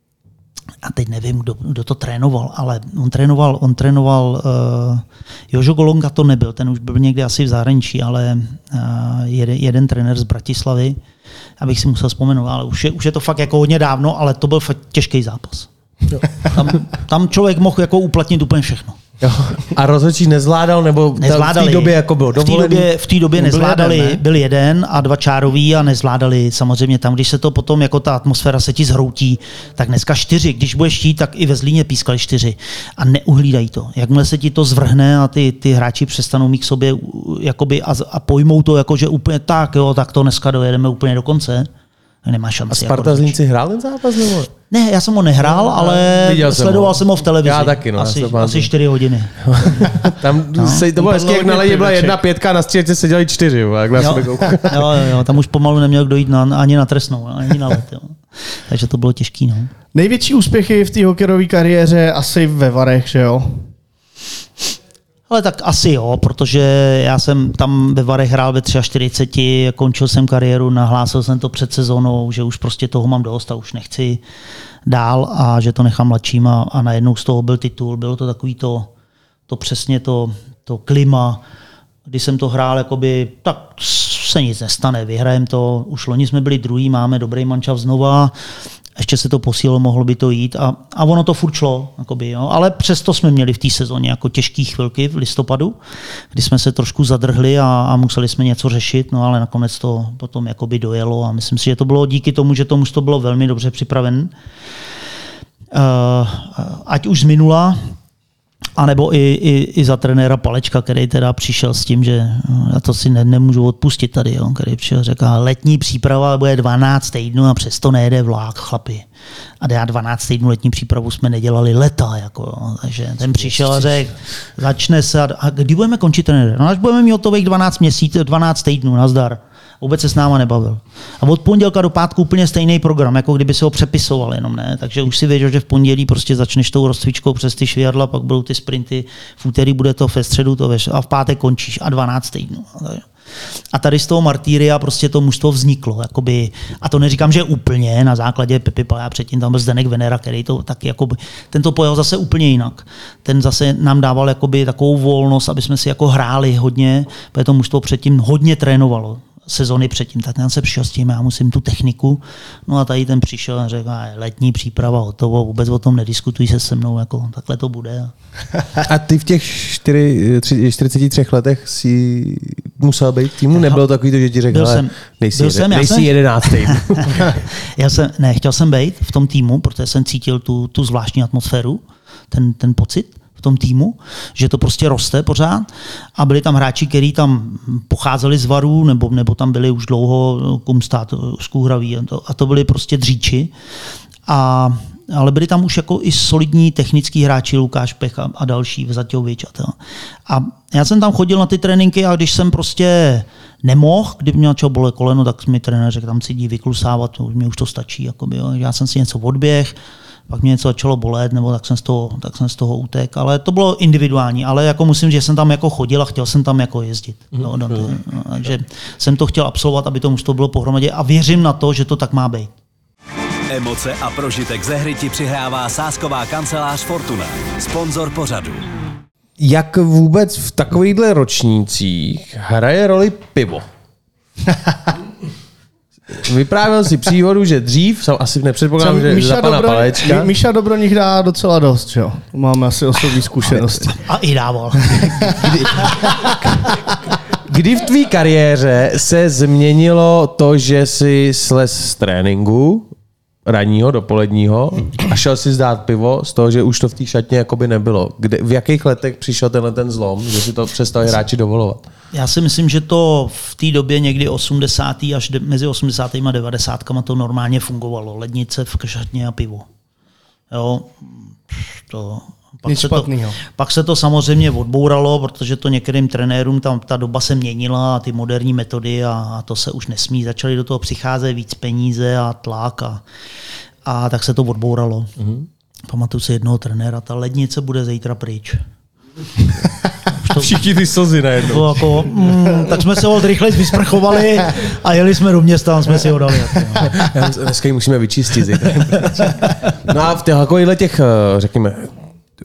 a teď nevím, kdo, kdo to trénoval, ale on trénoval, on trénoval uh, Jožo Golonka to nebyl, ten už byl někde asi v zahraničí, ale uh, jeden, jeden trenér z Bratislavy, abych si musel vzpomenout, ale už je, už je to fakt jako hodně dávno, ale to byl fakt těžký zápas. Tam, tam člověk mohl jako uplatnit úplně všechno. Jo. A rozhodčí nezvládal, nebo nezvládali. v té době jako bylo dovolený? V té době, v té době nezvládali, jeden, ne? byl jeden a dva čároví a nezvládali samozřejmě tam, když se to potom, jako ta atmosféra se ti zhroutí, tak dneska čtyři, když budeš chtít, tak i ve Zlíně pískali čtyři a neuhlídají to. Jakmile se ti to zvrhne a ty, ty hráči přestanou mít k sobě jakoby, a, a pojmou to, jako, že úplně tak, jo, tak to dneska dojedeme úplně do konce, nemá šanci. A Sparta Zlínci jako hrál ten zápas nebo? Ne, já jsem ho nehrál, no, ale sledoval jsem ho v televizi. Já taky, no. Asi, asi čtyři hodiny. Tam no. se, to bylo hezky, jak na ledě byla jedna pětka, na střílečce se dělali čtyři. Jo, jo, jo, jo, jo, tam už pomalu neměl kdo jít na, ani na trestnou, ani na led. Jo. Takže to bylo těžký. No. Největší úspěchy v té hokejové kariéře asi ve Varech, že jo? Ale tak asi jo, protože já jsem tam ve Varech hrál ve čtyřiceti tři, končil jsem kariéru, nahlásil jsem to před sezónou, že už prostě toho mám dost a už nechci dál a že to nechám mladším a, a najednou z toho byl titul. Bylo to takový to, to přesně to, to klima, kdy jsem to hrál, jakoby, tak se nic nestane, vyhrajeme to. Už loni jsme byli druhý, máme dobrý mančaft znova, ještě se to posílilo, mohlo by to jít a, a ono to furt šlo. Jakoby, jo. Ale přesto jsme měli v té sezóně jako těžké chvilky v listopadu, kdy jsme se trošku zadrhli a, a museli jsme něco řešit, no ale nakonec to potom jakoby dojelo a myslím si, že to bylo díky tomu, že to mužstvo bylo velmi dobře připraven. Uh, ať už z minula, anebo i, i, i za trenéra Palečka, který teda přišel s tím, že já to si ne, nemůžu odpustit tady, jo, který přišel, řekl, letní příprava bude dvanáct týdnů a přesto nejede vlák, chlapi. A já dvanáct týdnů letní přípravu jsme nedělali leta, jako, jo. Takže ten přišel a řekl, začne se, a, a kdy budeme končit trenér? No až budeme mít hotových dvanáct měsíců, dvanáct týdnů, nazdar. Vůbec se s náma nebavil. A od pondělka do pátku úplně stejný program, jako kdyby se ho přepisoval jenom, ne? Takže už si věděl, že v pondělí prostě začneš tou rozcvičkou přes ty švihadla, pak budou ty sprinty, v úterý bude to, ve středu to veš, a v pátek končíš a dvanáct týdnů. A tady z toho martýria prostě to mužstvo vzniklo. Jakoby, a to neříkám, že úplně na základě Pepi Paja, předtím tam byl Zdeněk Venera, který to tak jakoby, ten to pojel zase úplně jinak. Ten zase nám dával jakoby takovou volnost, aby jsme si jako hráli hodně, protože to mužstvo předtím hodně trénovalo. Sezony předtím, tak já se přišel s tím, já musím tu techniku. No a tady ten přišel a řekl, letní příprava, hotovo, vůbec o tom nediskutuj se se mnou, jako takhle to bude. A ty v těch čtyřiceti třech letech si musel být v týmu? Nebylo takový to, že ti řekl, ale nejsi, byl jsem, nejsi jedenáctý. Já jsem, ne, chtěl jsem být v tom týmu, protože jsem cítil tu, tu zvláštní atmosféru, ten, ten pocit v tom týmu, že to prostě roste pořád a byli tam hráči, kteří tam pocházeli z Varů nebo, nebo tam byli už dlouho Kumstát, Skůhraví a to, a to byli prostě dříči. A, ale byli tam už jako i solidní technický hráči, Lukáš Pech a, a další, Vzaťovič a to. A já jsem tam chodil na ty tréninky a když jsem prostě nemohl, kdyby měl čo bolet koleno, tak mi trenér řekl, tam si jdi vyklusávat, mě už to stačí. Jakoby, jo. Já jsem si něco odběh, pak mě něco začalo bolet, nebo tak jsem z toho, tak jsem z toho utek, ale to bylo individuální, ale jako musím, že jsem tam jako chodil a chtěl jsem tam jako jezdit. Mm, no, no, no, takže jsem to chtěl absolvovat, aby to mužstvo bylo pohromadě a věřím na to, že to tak má být. Emoce a prožitek ze hry ti přihrává sázková kancelář Fortuna, sponzor pořadu. Jak vůbec v takovýchhle ročnících hraje roli pivo? Vyprávěl si příhodu, že dřív, jsem asi nepředpokládám, že Míša za pana Dobro, Palečka. Míša Dobroních dá docela dost, jo? Máme asi osobní zkušenosti. A i dával. Kdy, kdy v tvý kariéře se změnilo to, že jsi slez z tréninku ranního, dopoledního a šel si zdát pivo z toho, že už to v té šatně jakoby nebylo. Kde, v jakých letech přišel tenhle ten zlom, že si to přestali hráči dovolovat? Já si myslím, že to v té době někdy osmdesátých až de, mezi osmdesátými a devadesátkami to normálně fungovalo. Lednice v šatně a pivo. Jo, to... Pak se, to, pak se to samozřejmě odbouralo, protože to některým trenérům tam ta doba se měnila a ty moderní metody a, a to se už nesmí. Začaly do toho přicházet víc peníze a tlak a, a tak se to odbouralo. Mm-hmm. Pamatuju si jednoho trenéra, ta lednice bude zítra pryč. To, všichni ty slzy najednou. To jako, mm, tak jsme se ho rychle vysprchovali a jeli jsme do města a jsme si ho dali. Dneska ji musíme vyčistit. No a v těch, těch, řekněme,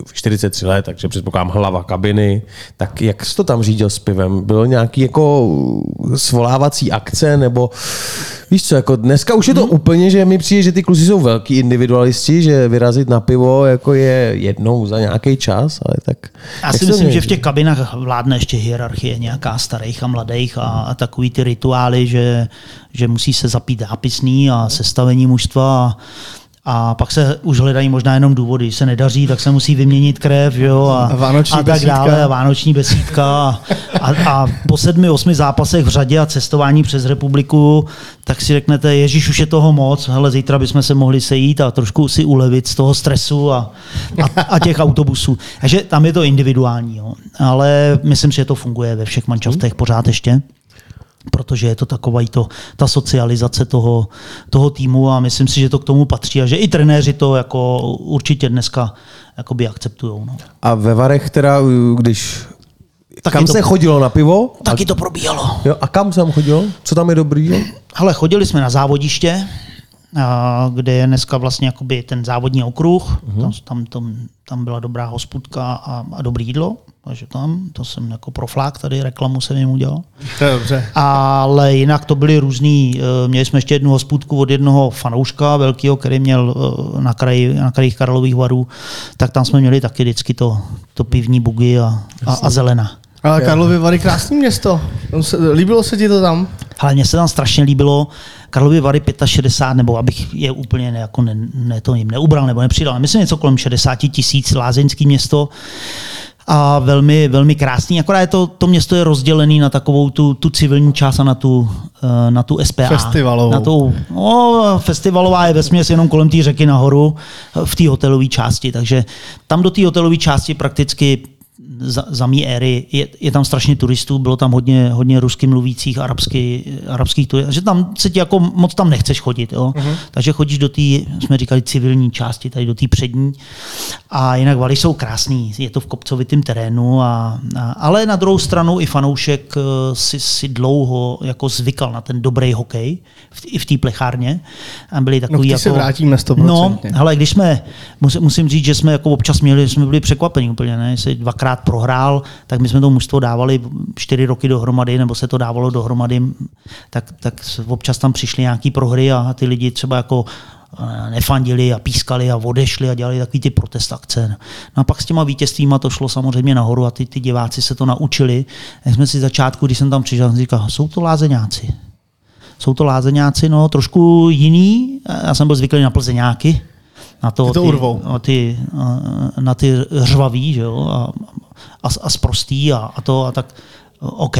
čtyřicet tři let, takže předpokládám hlava kabiny. Tak jak jsi to tam řídil s pivem? Bylo nějaký jako svolávací akce, nebo víš co, jako dneska už je to hmm. úplně, že mi přijde, že ty kluci jsou velký individualisti, že vyrazit na pivo jako je jednou za nějaký čas, ale tak... Já si myslím, že v těch kabinách vládne ještě hierarchie nějaká starých a mladých a, a takový ty rituály, že, že musí se zapít zápisný a sestavení mužstva a, a pak se už hledají možná jenom důvody. Když se nedaří, tak se musí vyměnit krev, jo, a, a, a tak besídka. dále, a vánoční besídka. A, a, a po sedmi, osmi zápasech v řadě a cestování přes republiku, tak si řeknete, ježiš, už je toho moc, hele, zítra bychom se mohli sejít a trošku si ulevit z toho stresu a, a, a těch autobusů. Takže tam je to individuální, jo. Ale myslím, že to funguje ve všech manšaftech pořád ještě. Protože je to taková to, ta socializace toho, toho týmu a myslím si, že to k tomu patří a že i trenéři to jako určitě dneska jakoby akceptujou. No. A ve Varech teda, když... Taky kam to, se chodilo na pivo? Taky to probíhalo. Jo, a kam jsem chodil? Co tam je dobrý? Jo? Hele, chodili jsme na závodiště, kde je dneska vlastně jakoby ten závodní okruh. Uh-huh. Tam, tam, tam byla dobrá hospůdka a, a dobré jídlo. Takže tam, to jsem jako proflák, tady reklamu jsem jim udělal. To je dobře. Ale jinak to byly různý, měli jsme ještě jednu hospůdku od jednoho fanouška velkého, který měl na kraji, na krajích Karlových Varů, tak tam jsme měli taky vždycky to, to pivní bugy a, a, a zelena. Ale Karlovy Vary krásné město. Líbilo se ti to tam? Ale mně se tam strašně líbilo. Karlovy Vary šedesát pět, nebo abych je úplně ne, jako ne, ne, to jim neubral nebo nepřidal. Myslím něco kolem šedesát tisíc, lázeňský město. A velmi, velmi krásný. Akorát je to, to město je rozdělené na takovou tu, tu civilní část a na tu, na tu S P A. Festivalovou. Na tu, no, festivalová je vesměs jenom kolem té řeky nahoru v té hotelové části. Takže tam do té hotelové části prakticky za, za mý éry je, je tam strašně turistů, bylo tam hodně, hodně rusky mluvících, arabsky, arabských turistů, že tam se ti jako moc tam nechceš chodit. Jo? Uh-huh. Takže chodíš do té, jsme říkali, civilní části, tady do té přední. A jinak Valy jsou krásný, je to v kopcovitém terénu, a, a, ale na druhou stranu i fanoušek si, si dlouho jako zvykal na ten dobrý hokej v, i v té plechárně. A byli takový no, jako, se vrátíme sto procent. No, hele, když jsme, musím, musím říct, že jsme jako občas měli, jsme byli překvapení úplně, ne? Jestli dvakrát prohrál, tak my jsme to mužstvo dávali čtyři roky dohromady, nebo se to dávalo dohromady, tak, tak občas tam přišly nějaký prohry a ty lidi třeba jako nefandili a pískali a odešli a dělali takový ty protestakce. No a pak s těma vítězstvíma to šlo samozřejmě nahoru a ty, ty diváci se to naučili. Jak jsme si začátku, když jsem tam přišel, jsem říkal, jsou to lázeňáci. Jsou to lázeňáci, no trošku jiný. Já jsem byl zvyklý na plzeňáky. Na to, to ty, na, ty, na ty řvavý, že jo, a, a, a sprostý a, a to a tak OK.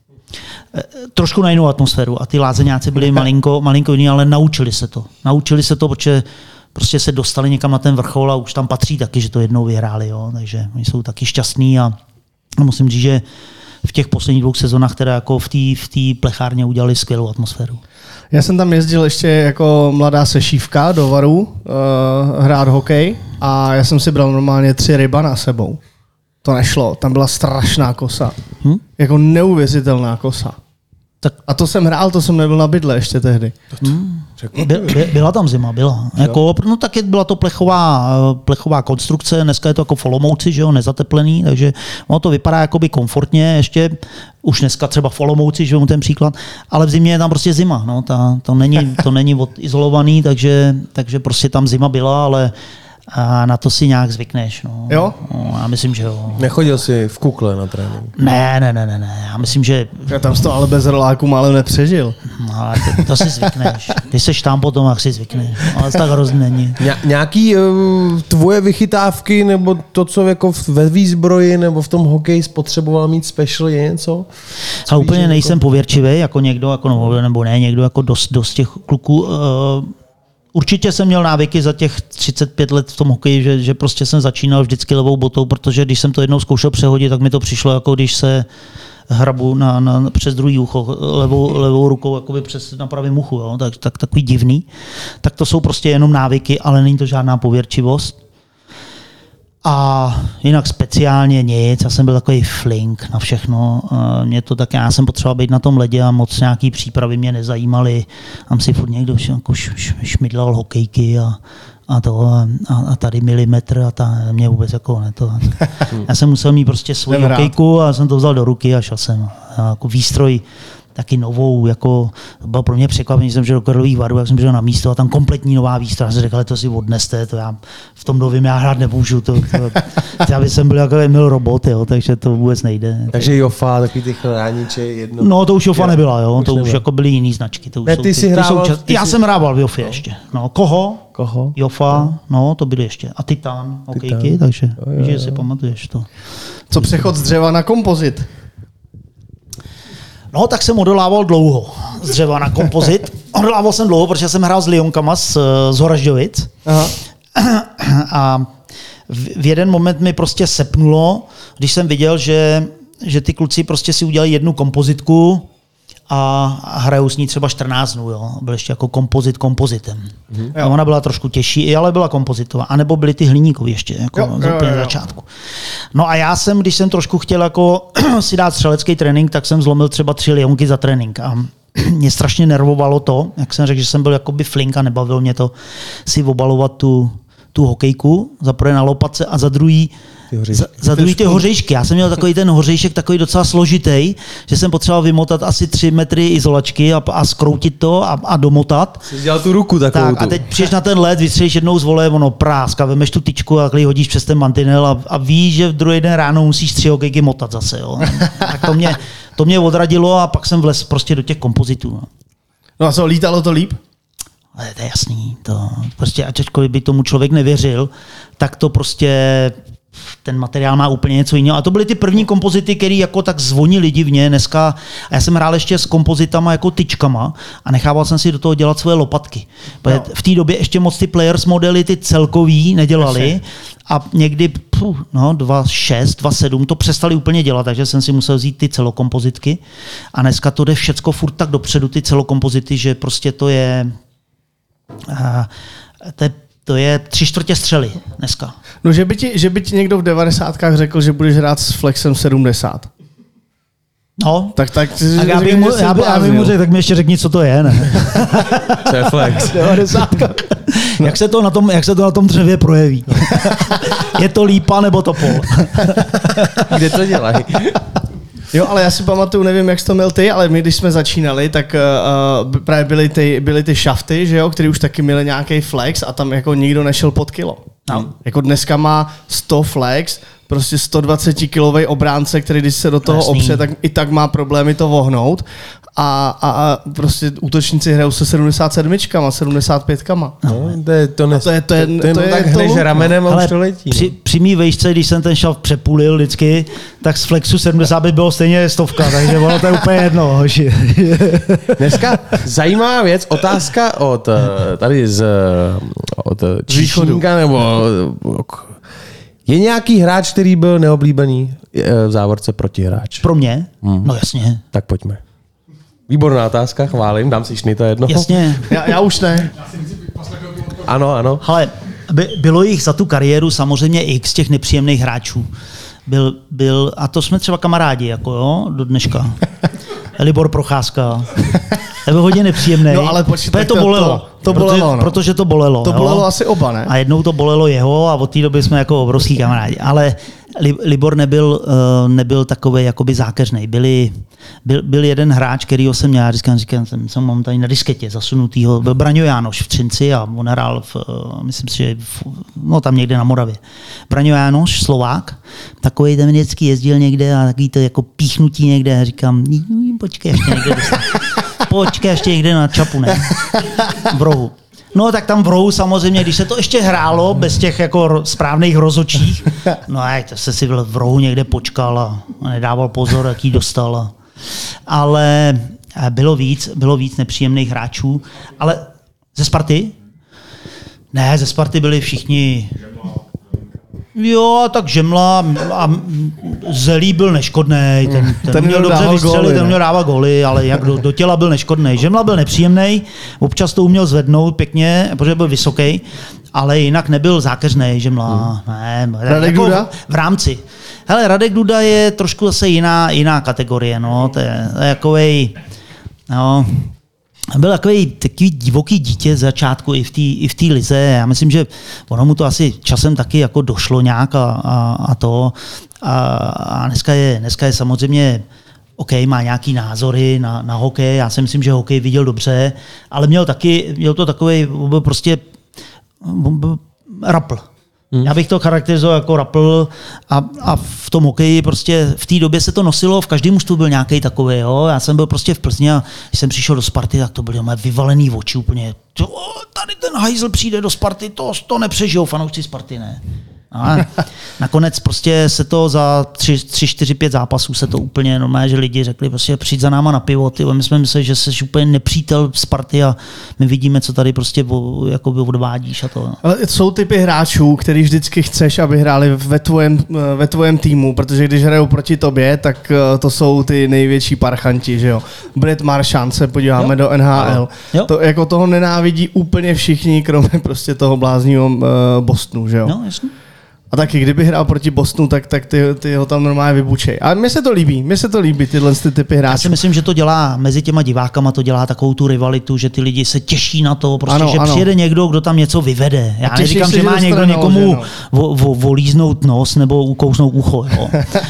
Trošku na jinou atmosféru a ty lázeňáci byli malinko, malinko jiný, ale naučili se to. Naučili se to, protože prostě se dostali někam na ten vrchol a už tam patří taky, že to jednou vyhráli, jo, takže oni jsou taky šťastní a musím říct, že v těch posledních dvou sezonách teda jako v té v té plechárně udělali skvělou atmosféru. Já jsem tam jezdil ještě jako mladá sešívka do Varu uh, hrát hokej a já jsem si bral normálně tři ryba na sebou. To nešlo, tam byla strašná kosa. Hm? Jako neuvěřitelná kosa. Tak. A to jsem hrál, to jsem nebyl na bydle ještě tehdy. Hmm. By, by, byla tam zima, byla. Jako, no tak je, byla to plechová, plechová konstrukce, dneska je to jako v Olomouci, že jo, nezateplený, takže ono to vypadá jakoby komfortně, ještě už dneska třeba v Olomouci, že jo, ten příklad, ale v zimě je tam prostě zima, no, ta, to není, to není odizolovaný, takže, takže prostě tam zima byla, ale a na to si nějak zvykneš. No. Jo? No, já myslím, že jo. Nechodil jsi v kukle na trénink? Ne, ne, ne, ne, ne. Já myslím, že... Já tam to ale bez roláku málem nepřežil. No, ale to, to si zvykneš. Ty seš tam potom, jak si zvykneš. Ale to tak hrozně není. Ně, nějaký uh, tvoje vychytávky, nebo to, co jako ve výzbroji, nebo v tom hokeji spotřeboval mít special, je něco? A úplně nejsem jako... pověrčivý, jako někdo, jako no, nebo ne, někdo jako dost, dost těch kluků. Uh, Určitě jsem měl návyky za těch třicet pět let v tom hokeji, že, že prostě jsem začínal vždycky levou botou, protože když jsem to jednou zkoušel přehodit, tak mi to přišlo, jako když se hrabu na, na, přes druhý ucho, levou, levou rukou jakoby přes na pravém uchu, jo? Tak, tak, takový divný. Tak to jsou prostě jenom návyky, ale není to žádná pověrčivost. A jinak speciálně nic, já jsem byl takový flink na všechno. Mě to tak, já jsem potřeboval být na tom ledě a moc nějaký přípravy mě nezajímaly. Tam si furt někdo jako šmidlal hokejky a, a to a, a tady milimetr a ta mě vůbec jako ne to. Já jsem musel mít prostě svoji hokejku a jsem to vzal do ruky a šel jsem. A jako výstroj taky novou, jako bylo pro mě překvapení, jsem šel do Karlových Varů, jak jsem přišel na místo a tam kompletní nová výstroj. Já jsem řekl, to si odneste, to já v tom novém já hrát nemůžu, to, to, to já bych jsem byl jako Emil Robot, jo, takže to vůbec nejde. Takže Jofa, takový ty chrániče jedno. No to už Jofa nebyla, jo, to už nebyla. Jako byly jiný značky. To už ne, jsou, ty ty, jsi ty hrával, čas... ty Já jsi... jsem hrával v Jofě no. ještě. No, koho? Koho? Jofa, no, no to byly ještě. A Titan, hokejky, takže jo, jo, jo. Že si pamatuješ to. Co přechod z dřeva na kompozit? No, tak jsem odolával dlouho z dřeva na kompozit. Odolával jsem dlouho, protože jsem hrál s Lionkama z, z Horažďovic. Aha. A v, v jeden moment mi prostě sepnulo, když jsem viděl, že, že ty kluci prostě si udělali jednu kompozitku a hrajou s ní třeba čtrnáct dnů. Jo. Byl ještě jako kompozit kompozitem. Mhm. A ona byla trošku těžší, ale byla kompozitová. A nebo byly ty hliníkový ještě, jako jo, z úplně začátku. No a já jsem, když jsem trošku chtěl jako si dát střelecký trénink, tak jsem zlomil třeba tři lionky za trénink. A mě strašně nervovalo to, jak jsem řekl, že jsem byl jakoby flink a nebavilo mě to si obalovat tu, tu hokejku, za prvé na lopatce a za druhý Za, za druhý ty hořejšky. Já jsem měl takový ten hořejšek takový docela složitý, že jsem potřeboval vymotat asi tři metry izolačky a, a skroutit to a, a domotat. Jsi dělal tu ruku takovou tak, tu. A teď přijdeš na ten led, vystřelíš jednou z vole, ono prásk a vemeš tu tyčku a takhle hodíš přes ten mantinel a, a víš, že v druhý den ráno musíš tři hokejky motat zase. Jo. Tak to mě, to mě odradilo a pak jsem vlez prostě do těch kompozitů. No, no a co, lítalo to líp? Ale to je jasný. To prostě, ačkoliv by tomu člověk nevěřil, tak to prostě ten materiál má úplně něco jiného. A to byly ty první kompozity, které jako tak zvonily divně dneska. A já jsem hrál ještě s kompozitama jako tyčkama a nechával jsem si do toho dělat svoje lopatky. No. V té době ještě moc ty players modely, ty celkový nedělali a někdy puh, no, dva šest, dva sedm to přestali úplně dělat, takže jsem si musel vzít ty celokompozitky. A dneska to jde všecko furt tak dopředu, ty celokompozity, že prostě to je... Uh, to je To je tři čtvrtě střely dneska. No, že by ti, že by ti někdo v devadesátkách řekl, že budeš hrát s Flexem sedmdesát. No, tak, tak, tak já bych mu, já by, já by mu řekl, tak mi ještě řekni, co to je, ne? Co je Flex? devadesátka. jak, se to na tom, jak se to na tom dřevě projeví? Je to lípa nebo topol? Kde to dělají? Jo, ale já si pamatuju, nevím, jak jsi to měl ty, ale my, když jsme začínali, tak uh, právě byly ty, byly ty šafty, že jo, které už taky měly nějaký flex a tam jako nikdo nešel pod kilo. No. Jako dneska má sto flex, prostě sto dvacet kilový obránce, který když se do toho Jasný. opře, tak i tak má problémy to vohnout. A, a, a prostě útočníci hrajou se sedmdesát sedm, sedmdesát pět. No, to je to, ne, to je to je, to je, to je tak to hneš ramenem a už to letí. Při, při mý vejšce, když jsem ten šaft přepulil vždycky, tak z Flexu sedmdesát by bylo stejně stovka, takže ono to je úplně jedno. Hoši. Dneska zajímavá věc, otázka od tady z od Číšníka, nebo je nějaký hráč, který byl neoblíbený v závorce protihráč? Pro mě? Hmm. No jasně. Tak pojďme. Výborná otázka, chválím, dám si šnita jednoho. Jasně. Já, já už ne. Ano, ano. Ale by, bylo jich za tu kariéru samozřejmě x těch nepříjemných hráčů. Byl, byl, a to jsme třeba kamarádi, jako jo, do dneška. Libor Procházka. To byl hodně nepříjemný. No ale počkej, to bolelo. To, to bolelo, protože, no. protože to bolelo. To jo? bolelo asi oba, ne? A jednou to bolelo jeho a od té doby jsme jako obrovský kamarádi. Ale Libor nebyl, nebyl takovej jakoby zákeřnej. Byli, byl, byl jeden hráč, kterýho jsem měl, říkám, říkám, jsem mám tady na disketě zasunutýho, byl Braňo Jánoš v Třinci a on hrál v, myslím si, že v, no tam někde na Moravě. Braňo Jánoš, Slovák, takovej ten vždycky jezdil někde a takový to jako píchnutí někde a říkám, počkej, ještě někde dostat. Počkej, ještě někde na čapu, ne? V rohu. No tak tam v rohu samozřejmě, když se to ještě hrálo bez těch jako správných rozočích, no a to se si v rohu někde počkal a nedával pozor, jaký dostal. A, ale bylo víc, bylo víc nepříjemných hráčů, ale ze Sparty? Ne, ze Sparty byli všichni... Jo, tak Žemla a Zelí byl neškodnej, ten, ten, ten měl dobře vystřelit, ten měl dávat góly, ale jak do, do těla byl neškodnej. Žemla byl nepříjemnej, občas to uměl zvednout pěkně, protože byl vysoký, ale jinak nebyl zákeřnej Žemla. Hmm. Ne, Radek jako Duda? V, v rámci. Hele, Radek Duda je trošku zase jiná, jiná kategorie, no, to je, to je jakovej, no, byl takový, takový divoký dítě z začátku i v té i v té lize. Já myslím, že ono mu to asi časem taky jako došlo nějak a, a, a to. A, a dneska, je, dneska je samozřejmě OK, má nějaký názory na, na hokej. Já si myslím, že hokej viděl dobře, ale měl taky, měl to takový, byl prostě byl rapl. Hmm. Já bych to charakterizoval jako rapl a, a v tom hokeji prostě v té době se to nosilo, v každém mužstvu byl nějaký takový. Jo? Já jsem byl prostě v Plzni a když jsem přišel do Sparty, tak to byly moje vyvalený oči úplně. To, tady ten hajzl přijde do Sparty, to, to nepřežijou fanoušci Sparty, ne. A nakonec prostě se to za tři, tři, čtyři, pět zápasů se to úplně normálně, že lidi řekli, prostě přijď za náma na pivo, ty, my jsme mysleli, že jsi úplně nepřítel Sparty a my vidíme, co tady prostě jakoby odvádíš a to. Ale jsou typy hráčů, který vždycky chceš, aby hráli ve tvojem, ve tvojem týmu, protože když hrajou proti tobě, tak to jsou ty největší parchanti, že jo. Brett Marchand, se podíváme jo? do N H L. Jo? To, jako toho nenávidí úplně všichni, kromě prostě toho blázního uh, Bostonu, že jo. No, jasně. A taky, kdyby hrál proti Bostonu, tak, tak ty, ty ho tam normálně vybučej. A mně se to líbí, mně se to líbí, tyhle ty typy hráčů. Já si myslím, že to dělá mezi těma divákama, to dělá takovou tu rivalitu, že ty lidi se těší na to, prostě, ano, že ano. přijede někdo, kdo tam něco vyvede. Já neříkám, že má někdo někomu vo, vo, volíznout nos nebo ukousnout ucho. Jo.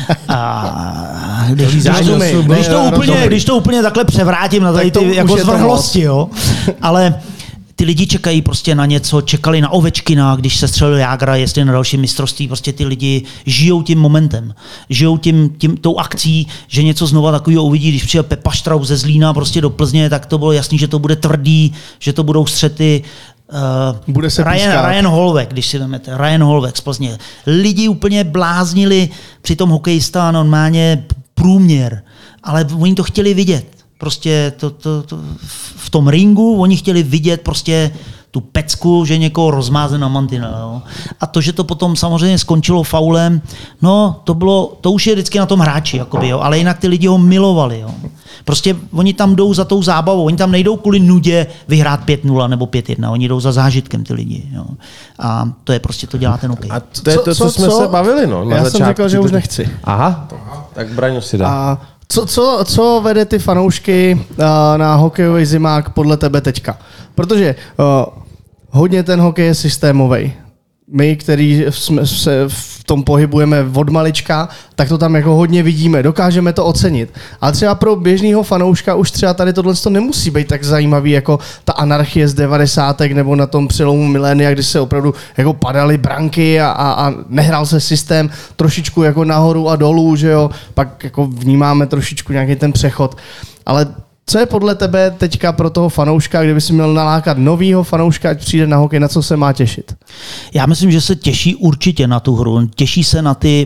A když, když, to, když, to úplně, když to úplně takhle převrátím na tady ty jako zvrhlosti, jo. Ale ty lidi čekají prostě na něco, čekali na Ovečkina, když se střelil Jágra, jestli na další mistrovství, prostě ty lidi žijou tím momentem, žijou tím, tím tou akcí, že něco znova takového uvidí, když přijel Pepa Štraus ze Zlína prostě do Plzně, tak to bylo jasný, že to bude tvrdý, že to budou střety. Uh, bude se Ryan, Ryan Holweg, když si vezmete, Ryan Holweg z Plzně. Lidi úplně bláznili při tom hokejista normálně průměr, ale oni to chtěli vidět. Prostě to, to, to, v tom ringu oni chtěli vidět prostě tu pecku, že někoho rozmáze na mantinel. Jo. A to, že to potom samozřejmě skončilo faulem, no to bylo, to už je vždycky na tom hráči, jakoby, jo, ale jinak ty lidi ho milovali. Jo. Prostě oni tam jdou za tou zábavou, oni tam nejdou kvůli nudě vyhrát pět nula nebo pět jedna, oni jdou za zážitkem ty lidi. Jo. A to je prostě, to dělá ten hokej. A to je to, co, co jsme co? se bavili. No, na Já začátku, jsem říkal, že už nechci. Aha, tak Braňo si dá. A Co, co, co vede ty fanoušky uh, na hokejový zimák podle tebe teďka? Protože uh, hodně ten hokej je systémový. My, kteří jsme se v tom pohybujeme od malička, tak to tam jako hodně vidíme, dokážeme to ocenit. Ale třeba pro běžného fanouška už třeba tady tohle nemusí být tak zajímavý jako ta anarchie z devadesátek nebo na tom přelomu milénia, kdy se opravdu jako padaly branky a, a, a nehrál se systém trošičku jako nahoru a dolů, že jo, pak jako vnímáme trošičku nějaký ten přechod. Ale co je podle tebe teďka pro toho fanouška, kdyby si měl nalákat novýho fanouška, ať přijde na hokej, na co se má těšit? Já myslím, že se těší určitě na tu hru. Těší se na ty,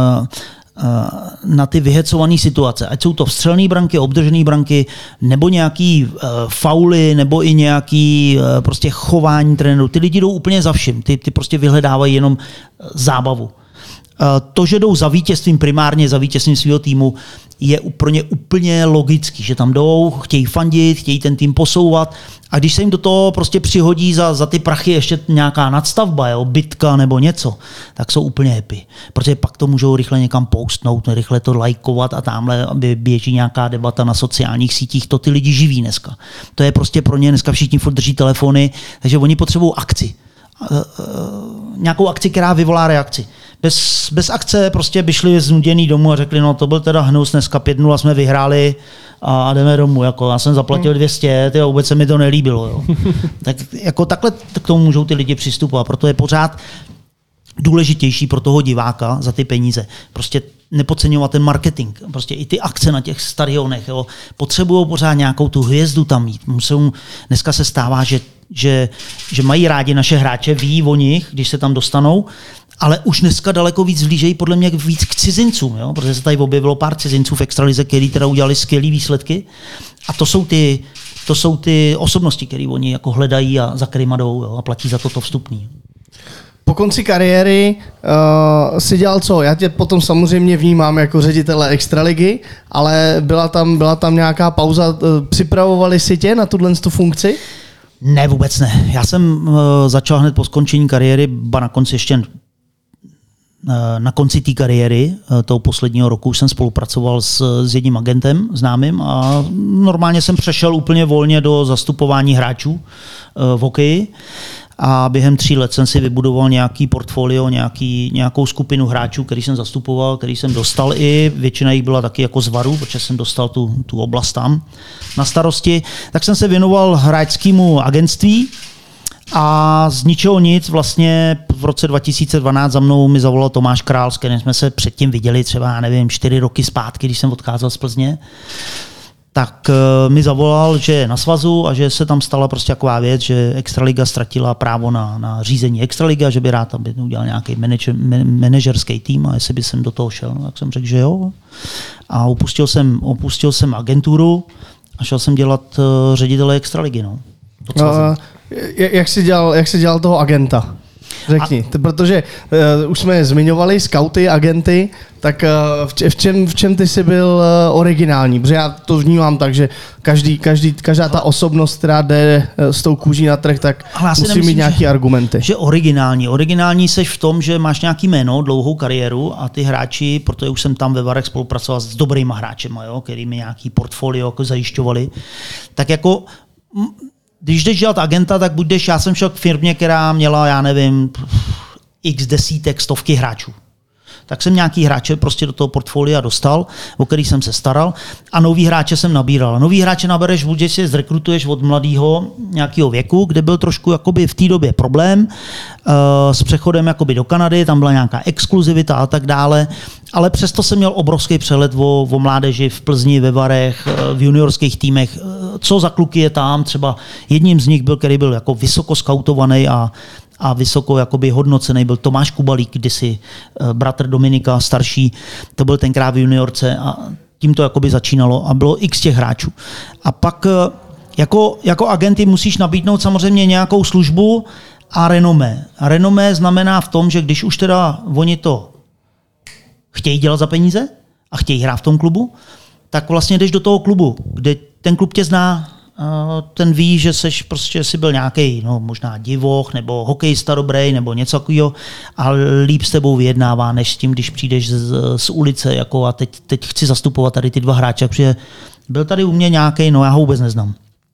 na ty vyhecované situace. Ať jsou to vstřelné branky, obdržené branky, nebo nějaký fauly, nebo i nějaký prostě chování trenérů. Ty lidi jdou úplně za vším. Ty, ty prostě vyhledávají jenom zábavu. To, že jdou za vítězstvím, primárně za vítězstvím svého týmu, je pro ně úplně logický, že tam jdou, chtějí fandit, chtějí ten tým posouvat a když se jim do toho prostě přihodí za, za ty prachy ještě nějaká nadstavba, jo, bitka nebo něco, tak jsou úplně happy. Protože pak to můžou rychle někam postnout, rychle to lajkovat a tamhle běží nějaká debata na sociálních sítích, to ty lidi živí dneska. To je prostě pro ně, dneska všichni furt drží telefony, takže oni potřebují akci. Nějakou akci, která vyvolá reakci. Bez, bez akce prostě by šli znuděný domů a řekli, no to byl teda hnus, dneska pět nula jsme vyhráli a jdeme domů. Jako, já jsem zaplatil dvě stě, tyjo, vůbec se mi to nelíbilo. Jo. Tak jako takhle k tomu můžou ty lidi přistupovat. Proto je pořád důležitější pro toho diváka za ty peníze. Prostě nepodceňovat ten marketing. Prostě i ty akce na těch stadionech. Jo. Potřebují pořád nějakou tu hvězdu tam mít. Musou, dneska se stává, že, že, že mají rádi naše hráče, ví o nich, když se tam dostanou, ale už dneska daleko víc vlížejí podle mě víc k cizincům, jo? Protože se tady objevilo pár cizinců v extralize, kteří teda udělali skvělé výsledky. A to jsou ty, to jsou ty osobnosti, které oni jako hledají a za kterýma jdou, jo? A platí za to to vstupný. Po konci kariéry uh, si dělal co? Já tě potom samozřejmě vnímám jako ředitele extraligy, ale byla tam, byla tam nějaká pauza. Připravovali si tě na tuhle funkci? Ne, vůbec ne. Já jsem uh, začal hned po skončení kariéry, ba na konci ještě na konci té kariéry, toho posledního roku, jsem spolupracoval s, s jedním agentem známým a normálně jsem přešel úplně volně do zastupování hráčů v hokeji. A během tří let jsem si vybudoval nějaký portfolio, nějaký, nějakou skupinu hráčů, který jsem zastupoval, který jsem dostal i. Většina jich byla taky jako z Varu, protože jsem dostal tu, tu oblast tam na starosti. Tak jsem se věnoval hráčskému agentství a z ničeho nic vlastně v roce dva tisíce dvanáct za mnou mi zavolal Tomáš Král, s kterým jsme se předtím viděli třeba, já nevím, čtyři roky zpátky, když jsem odcházel z Plzně. Tak uh, mi zavolal, že je na svazu a že se tam stala prostě taková věc, že Extraliga ztratila právo na, na řízení Extraliga, že by rád aby udělal nějaký manager, manažerský tým a jestli by jsem do toho šel. No, tak jsem řekl, že jo. A opustil jsem, opustil jsem agenturu a šel jsem dělat uh, ředitele Extraligy. No, no, jak jsi dělal, jak jsi dělal toho agenta? Řekni, a... protože uh, už jsme zmiňovali skauty, agenty, tak uh, v, č- v, čem, v čem ty jsi byl uh, originální? Protože já to vnímám tak, že každý, každý, každá ta osobnost, která jde uh, s tou kůží na trh, tak musí nemyslím, mít nějaké argumenty. Že originální. Originální seš v tom, že máš nějaký jméno, dlouhou kariéru a ty hráči, protože už jsem tam ve Varech spolupracoval s dobrýma hráčema, jo, který mi nějaký portfolio jako zajišťovali, tak jako... M- Když jdeš dělat agenta, tak buď jdeš, já jsem šel k firmě, která měla, já nevím, x desítek, stovky hráčů. Tak jsem nějaký hráče prostě do toho portfolia dostal, o který jsem se staral a nový hráče jsem nabíral. Nový hráče nabereš, buď si zrekrutuješ od mladého nějakého věku, kde byl trošku jakoby v té době problém uh, s přechodem jakoby do Kanady, tam byla nějaká exkluzivita a tak dále, ale přesto jsem měl obrovský přehled o, o mládeži v Plzni, ve Varech, v juniorských týmech, co za kluky je tam, třeba jedním z nich byl, který byl jako vysoko skautovaný a a vysoko jakoby hodnocený byl Tomáš Kubalík, kdysi bratr Dominika, starší, to byl tenkrát v juniorce a tím to jakoby začínalo a bylo x těch hráčů. A pak jako, jako agenty musíš nabídnout samozřejmě nějakou službu a renomé. A renomé znamená v tom, že když už teda oni to chtějí dělat za peníze a chtějí hrát v tom klubu, tak vlastně jdeš do toho klubu, kde ten klub tě zná, ten ví, že seš prostě si byl nějaký, no možná divoch, nebo hokejista dobrý, nebo něco takového, a líp s tebou vyjednává, než s tím, když přijdeš z, z ulice, jako a teď, teď chci zastupovat tady ty dva hráče, protože byl tady u mě nějaký, no já ho vůbec neznám.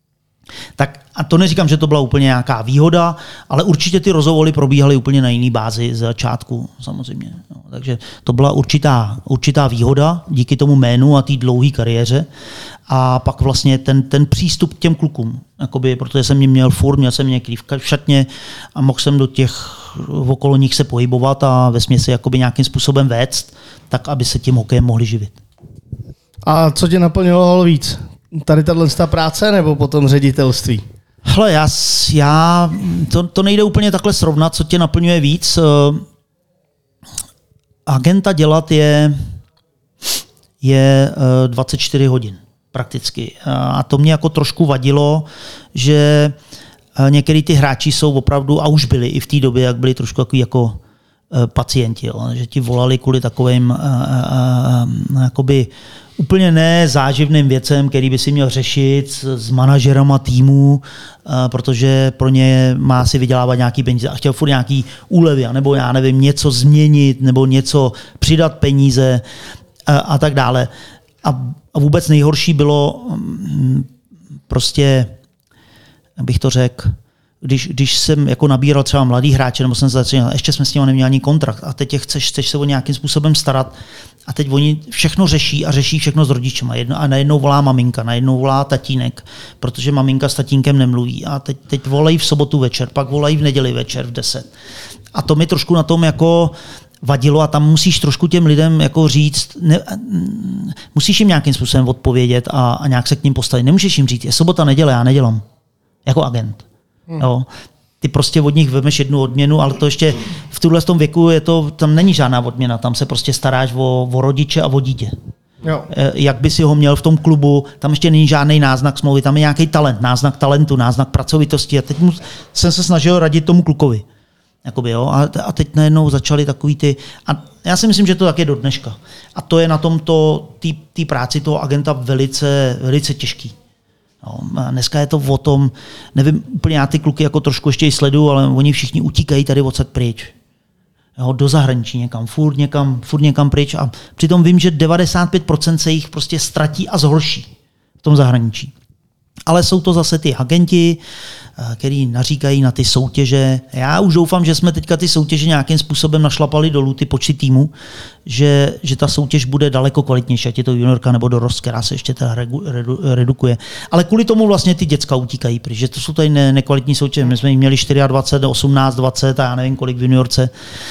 Tak a to neříkám, že to byla úplně nějaká výhoda, ale určitě ty rozhovory probíhaly úplně na jiný bázi z začátku, samozřejmě. No, takže to byla určitá, určitá výhoda díky tomu jménu a té dlouhé kariéře. A pak vlastně ten, ten přístup k těm klukům, jakoby, protože jsem mě měl furt, měl jsem někdy v šatně a mohl jsem do těch okolo nich se pohybovat a vesměs se jakoby nějakým způsobem vést, tak aby se tím hokejem mohli živit. A co tě naplňovalo víc? Tady tato práce nebo potom ředitelství? Hle, já, já to, to nejde úplně takhle srovnat, co tě naplňuje víc. Agenta dělat je, je dvacet čtyři hodin prakticky. A to mě jako trošku vadilo, že některý ty hráči jsou opravdu, a už byli i v té době, jak byli trošku jako, jako pacienti, jo, že ti volali kvůli takovým a, a, a, jakoby úplně ne záživným věcem, který by si měl řešit s, s manažerama týmu, a, protože pro ně má si vydělávat nějaký peníze a chtěl furt nějaký úlevy, nebo já nevím, něco změnit, nebo něco přidat peníze a, a tak dále. A, a vůbec nejhorší bylo prostě, jak bych to řekl, Když, když jsem jako nabíral třeba mladý hráče, nebo jsem se začínal, ještě jsme s nimi neměli ani kontrakt a teď je chceš, chceš se o nějakým způsobem starat a teď oni všechno řeší a řeší všechno s rodičema. Jedno, a najednou volá maminka, najednou volá tatínek, protože maminka s tatínkem nemluví a teď, teď volají v sobotu večer, pak volají v neděli večer v deset. A to mi trošku na tom jako vadilo a tam musíš trošku těm lidem jako říct, ne, musíš jim nějakým způsobem odpovědět a, a nějak se k ním postavit. Nemůžeš jim říct, je sobota, neděle, já nedělám. Jako agent. Hmm. Jo. Ty prostě od nich vemeš jednu odměnu, ale to ještě v tuhle tom věku je to, tam není žádná odměna, tam se prostě staráš o, o rodiče a o dítě. Jo. Jak by si ho měl v tom klubu, tam ještě není žádný náznak smlouvy, tam je nějaký talent, náznak talentu, náznak pracovitosti a teď mu, jsem se snažil radit tomu klukovi. Jakoby, jo. A, a teď najednou začaly takový ty, a já si myslím, že to tak je do dneška. A to je na tomto, té práci toho agenta velice, velice těžký. No, a dneska je to o tom, nevím, úplně já ty kluky jako trošku ještě i sleduju, ale oni všichni utíkají tady odsud pryč. Jo, do zahraničí někam, furt někam, furt někam pryč a přitom vím, že devadesát pět procent se jich prostě ztratí a zhorší v tom zahraničí. Ale jsou to zase ty agenti, který naříkají na ty soutěže. Já už doufám, že jsme teďka ty soutěže nějakým způsobem našlapali dolů, ty počty týmu, že, že ta soutěž bude daleko kvalitnější, ať je to juniorka nebo dorost, která se ještě teda redu, redu, redukuje. Ale kvůli tomu vlastně ty děcka utíkají, protože to jsou tady ne, nekvalitní soutěže. My jsme jich měli dvacet čtyři, osmnáct, dvacet a já nevím kolik v juniorce.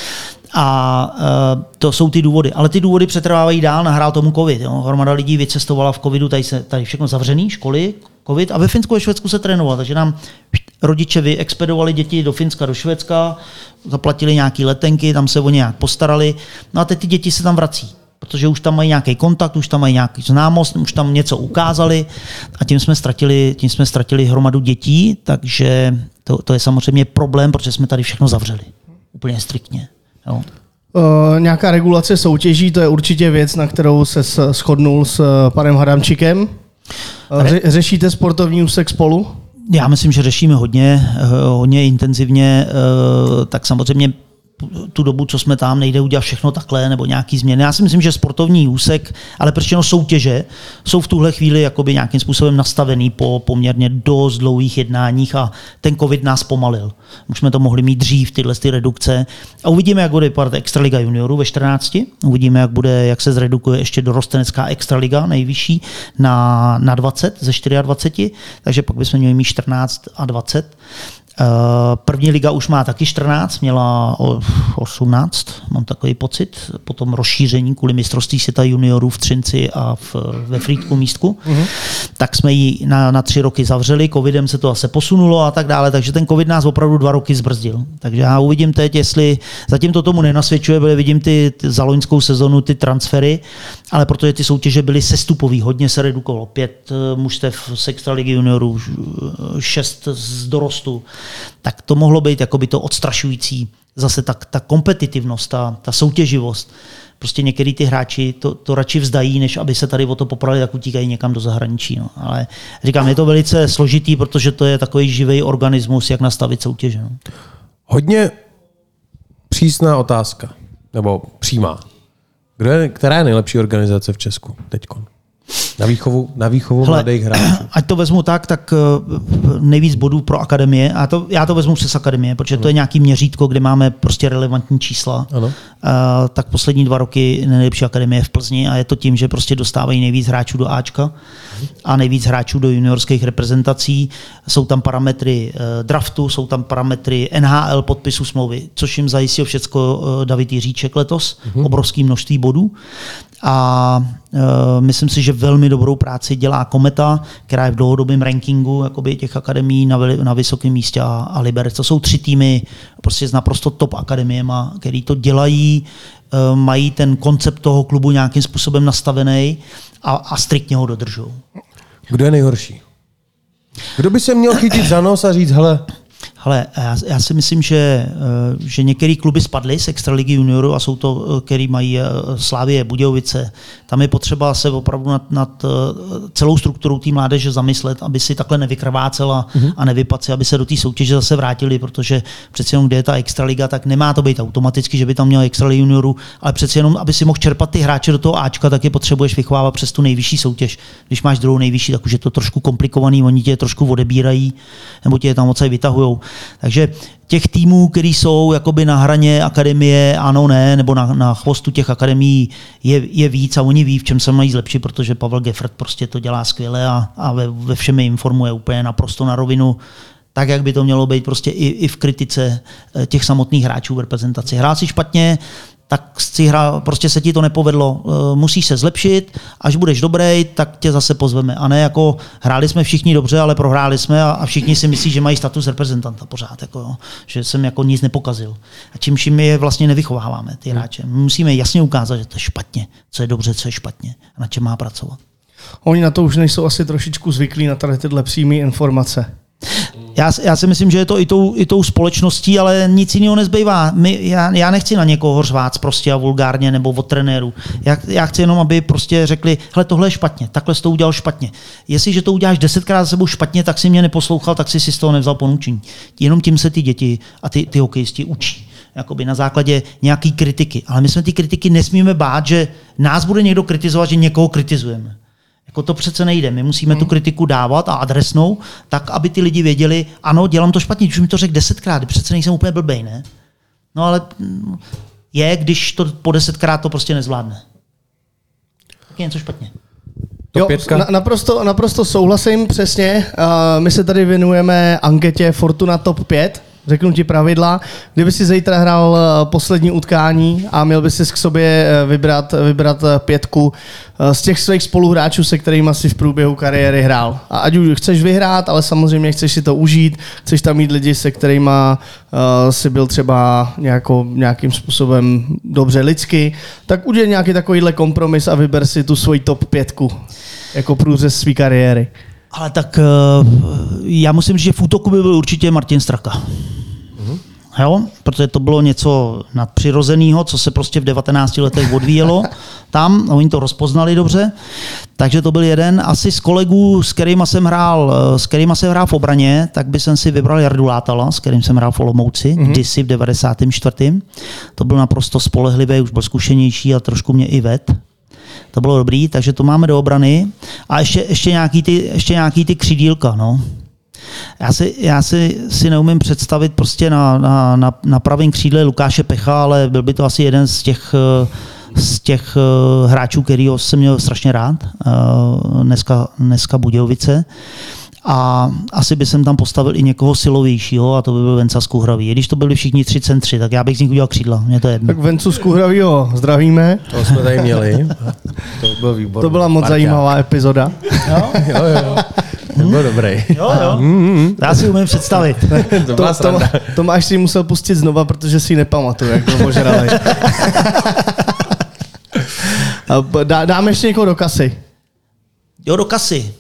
A uh, to jsou ty důvody. Ale ty důvody přetrvávají dál, nahrál tomu covid. Jo. Hromada lidí vycestovala v covidu, tady, se, tady všechno zavřený, školy, covid a ve Finsku a Švédsku se trénovalo. Takže nám rodiče vyexpedovali děti do Finska, do Švédska, zaplatili nějaké letenky, tam se o nějak postarali. No a teď ty děti se tam vrací, protože už tam mají nějaký kontakt, už tam mají nějaký známost, už tam něco ukázali a tím jsme ztratili, tím jsme ztratili hromadu dětí, takže to, to je samozřejmě problém, protože jsme tady všechno zavřeli. Úplně striktně. Jo. Uh, nějaká regulace soutěží, to je určitě věc, na kterou se shodnul s panem Hadamčíkem. Ře- řešíte sportovní úsek spolu? Já myslím, že řešíme hodně, hodně intenzivně, tak samozřejmě tu dobu, co jsme tam, nejde udělat všechno takhle nebo nějaký změny. Já si myslím, že sportovní úsek, ale prostě no soutěže jsou v tuhle chvíli jakoby nějakým způsobem nastavený po poměrně dost dlouhých jednáních a ten covid nás pomalil. Už jsme to mohli mít dřív, tyhle ty redukce. A uvidíme, jak bude vypadat Extraliga juniorů ve čtrnácti. Uvidíme, jak bude, jak se zredukuje ještě dorostenecká Extraliga nejvyšší na, na dvacet ze dvacet čtyři. Takže pak bychom měli mít čtrnáct a dvacet. První liga už má taky čtrnáct, měla osmnáct, mám takový pocit, potom rozšíření kvůli mistrovství světa juniorů v Třinci a v, ve Frýdku místku. Mm-hmm. Tak jsme ji na, na tři roky zavřeli, covidem se to asi posunulo a tak dále, takže ten covid nás opravdu dva roky zbrzdil. Takže já uvidím teď, jestli zatím to tomu nenasvědčuje, protože vidím ty, ty za loňskou sezonu ty transfery, ale protože ty soutěže byly sestupový, hodně se redukovalo. Pět mužstev z Extraligy juniorů, šest z dorostu, tak to mohlo být jakoby to odstrašující. Zase ta, ta kompetitivnost, ta, ta soutěživost. Prostě některý ty hráči to, to radši vzdají, než aby se tady o to poprali, tak utíkají někam do zahraničí. No. Ale říkám, je to velice složitý, protože to je takový živý organismus, jak nastavit soutěže. No. Hodně přísná otázka, nebo přímá. Kdo je, která je nejlepší organizace v Česku teďkon? Na výchovu, na výchovu Hele, mladých hráčů. Ať to vezmu tak, tak nejvíc bodů pro akademie. A to, já to vezmu přes akademie, protože ano. To je nějaký měřítko, kde máme prostě relevantní čísla. Ano. Uh, tak poslední dva roky nejlepší akademie je v Plzni a je to tím, že prostě dostávají nejvíc hráčů do Ačka a nejvíc hráčů do juniorských reprezentací. Jsou tam parametry uh, draftu, jsou tam parametry N H L podpisu smlouvy, což jim zajistil všecko uh, David Jiříček letos. Uh-huh. Obrovský množství bodů. A uh, myslím si, že velmi dobrou práci dělá Kometa, která je v dlouhodobém rankingu jakoby těch akademií na, na vysokém místě a, a Liberec. To jsou tři týmy prostě s naprosto top akademiema, který to dělají, uh, mají ten koncept toho klubu nějakým způsobem nastavený a, a striktně ho dodržují. Kdo je nejhorší? Kdo by se měl chytit za nos a říct, hele... Hele, já, já si myslím, že, že některé kluby spadly z Extraligy juniorů a jsou to, který mají Slavie, Budějovice. Tam je potřeba se opravdu nad, nad celou strukturou té mládeže zamyslet, aby si takhle nevykrvácela mm-hmm. a nevypadl si, aby se do té soutěže zase vrátili, protože přeci jenom, kde je ta Extraliga, tak nemá to být automaticky, že by tam měl Extraligy juniorů, ale přeci jenom, aby si mohl čerpat ty hráče do toho Ačka, tak je potřebuješ vychovávat přes tu nejvyšší soutěž. Když máš druhou nejvyšší, tak už je to trošku komplikovaný, oni tě trošku odebírají, nebo tě tam moc vytahujou. Takže těch týmů, které jsou jakoby na hraně akademie, ano, ne, nebo na, na chvostu těch akademií je, je víc a oni ví, v čem se mají zlepšit, protože Pavel Geffert prostě to dělá skvěle a, a ve, ve všem informuje úplně naprosto na rovinu, tak, jak by to mělo být prostě i, i v kritice těch samotných hráčů v reprezentaci. Hrál si špatně, tak si hra, prostě se ti to nepovedlo. Musíš se zlepšit, až budeš dobrý, tak tě zase pozveme. A ne jako hráli jsme všichni dobře, ale prohráli jsme a, a všichni si myslí, že mají status reprezentanta pořád, jako, jo, že jsem jako nic nepokazil. A čím vším je vlastně nevychováváme, ty hráče. My musíme jasně ukázat, že to je špatně, co je dobře, co je špatně a na čem má pracovat. Oni na to už nejsou asi trošičku zvyklí na tady tyhle přímé informace. Já, já si myslím, že je to i tou, i tou společností, ale nic jiného nezbývá. My, já, já nechci na někoho řvát prostě a vulgárně nebo od trenéru. Já, já chci jenom, aby prostě řekli, hele, tohle je špatně, takhle jsi to udělal špatně. Jestliže to uděláš desetkrát za sebou špatně, tak si mě neposlouchal, tak si si z toho nevzal ponaučení. Jenom tím se ty děti a ty, ty hokejisti učí. jakoby na základě nějaký kritiky. Ale my jsme ty kritiky nesmíme bát, že nás bude někdo kritizovat, že někoho kritizujeme. Jako to přece nejde. My musíme hmm. tu kritiku dávat a adresnou, tak, aby ty lidi věděli, ano, dělám to špatně, už mi to řekl desetkrát, přece nejsem úplně blbej, ne? No ale je, když to po desetkrát to prostě nezvládne. Tak je něco špatně. Jo, na, naprosto, naprosto souhlasím, přesně. Uh, my se tady věnujeme anketě Fortuna Top pět. Řeknu ti pravidla. Kdyby si zítra hrál poslední utkání a měl by si k sobě vybrat, vybrat pětku z těch svých spoluhráčů, se kterými si v průběhu kariéry hrál. A ať už chceš vyhrát, ale samozřejmě chceš si to užít, chceš tam mít lidi, se kterými uh, si byl třeba nějako, nějakým způsobem dobře lidsky, tak udělej nějaký takovýhle kompromis a vyber si tu svoji top pětku jako průřez své kariéry. Ale tak já musím říct, že v útoku by byl určitě Martin Straka. Mm-hmm. Jo? Protože to bylo něco nadpřirozeného, co se prostě v devatenácti letech odvíjelo tam, oni to rozpoznali dobře, takže to byl jeden. Asi z kolegů, s kterýma jsem hrál, s kterýma jsem hrál v obraně, tak by jsem si vybral Jardu Látala, s kterým jsem hrál v Olomouci, mm-hmm. kdysi v devadesátém čtvrtém To byl naprosto spolehlivý, už byl zkušenější a trošku mě i ved. To bylo dobrý, takže to máme do obrany. A ještě, ještě, nějaký, ty, ještě nějaký ty křídílka. No. Já, si, já si, si neumím představit prostě na, na, na, na pravém křídle Lukáše Pecha, ale byl by to asi jeden z těch, z těch hráčů, kterýho jsem měl strašně rád. Dneska, dneska Budějovice. A asi by jsem tam postavil i někoho silovějšího a to by byl Venca Skuhravý. Když to byli všichni tři centři, tak já bych z nich udělal křídla. Mně to je jedno. Tak Vencu Skuhravýho zdravíme. To jsme tady měli. To byl výborný. To byla moc Parťák. Zajímavá epizoda. Jo, jo, jo. To byl dobrý. Jo, jo. Mm-hmm. Já si umím představit. To, to, to, to máš si musel pustit znova, protože si ji nepamatuju, jak byl ožralej. Dá, dáme ještě někoho do kasy. Jo, do kasy.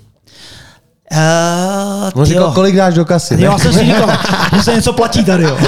Uh, On říkal, kolik dáš do kasy, ne? Jo, já jsem si říkal, že se něco platí tady, jo.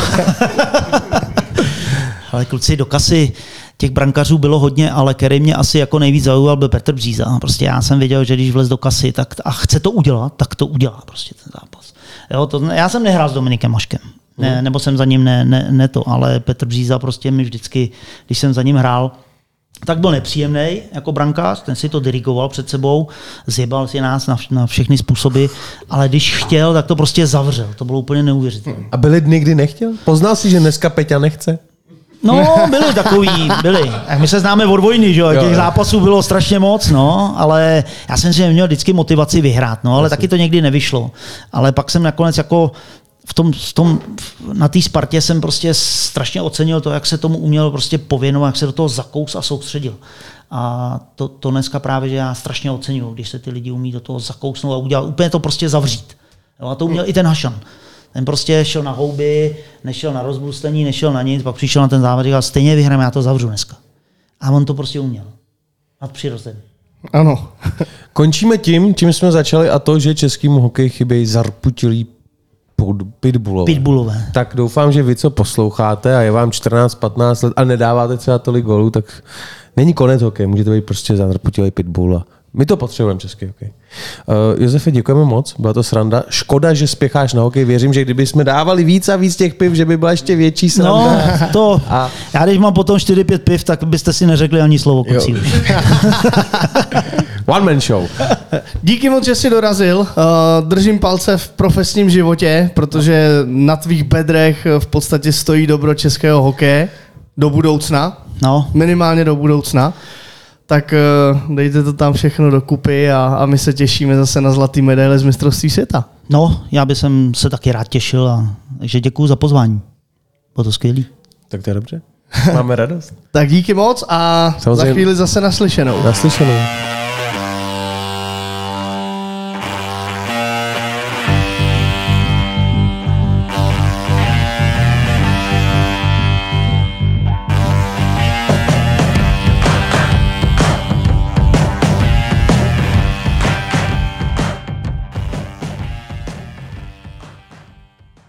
Ale kluci, do kasy těch brankařů bylo hodně, ale který mě asi jako nejvíc zaujal, byl Petr Bříza. Prostě já jsem věděl, že když vlez do kasy tak, a chce to udělat, tak to udělá prostě ten zápas. Jo, to, já jsem nehrál s Dominikem Maškem, ne, nebo jsem za ním ne, ne, ne to, ale Petr Bříza prostě mi vždycky, když jsem za ním hrál, tak byl nepříjemný jako brankář, ten si to dirigoval před sebou, zjebal si nás na, na všechny způsoby, ale když chtěl, tak to prostě zavřel. To bylo úplně neuvěřitelné. A byli dny, kdy nechtěl? Poznal si, že dneska Peťa nechce? No, byli takový, byli. My se známe od vojny, že jo, těch jo. zápasů bylo strašně moc, no, ale já jsem si měl vždycky motivaci vyhrát, no, ale Jasně. taky to někdy nevyšlo. Ale pak jsem nakonec jako v tom, v tom, na té Spartě jsem prostě strašně ocenil to, jak se tomu uměl prostě pověnovat, jak se do toho zakous a soustředil. A to, to dneska právě, že já strašně oceňuju, když se ty lidi umí do toho zakousnout a udělat, úplně to prostě zavřít. Jo, a to uměl hmm. i ten Hašan. Ten prostě šel na houby, nešel na rozbrustení, nešel na nic, pak přišel na ten závod a říkal, stejně vyhrám, já to zavřu dneska. A on to prostě uměl. Nadpřirozený. Ano. Končíme tím, čím jsme začali, a to, že českému hokeji chybějí zarputilí pitbullové. pitbullové. Tak doufám, že vy, co posloucháte a je vám čtrnáct patnáct let a nedáváte třeba tolik gólů, tak není konec hokeje, můžete být prostě zarputilý pitbull. My to potřebujeme, český hokej. Uh, Josefe, děkujeme moc, byla to sranda. Škoda, že spěcháš na hokej. Věřím, že kdyby jsme dávali víc a víc těch piv, že by byla ještě větší sranda. No, to. A... Já když mám potom čtyři pět piv, tak byste si neřekli ani slovo kocí. One man show. Díky moc, že jsi dorazil. Uh, držím palce v profesním životě, protože na tvých bedrech v podstatě stojí dobro českého hokeje do budoucna. No. Minimálně do budoucna. Tak uh, dejte to tam všechno dokupy a, a my se těšíme zase na zlatý medaile z mistrovství světa. No, já bych se taky rád těšil, a, takže děkuju za pozvání. Bylo to skvělý. Tak to je dobře. Máme radost. Tak díky moc a Samozřejmě. Za chvíli zase naslyšenou. Naslyšenou.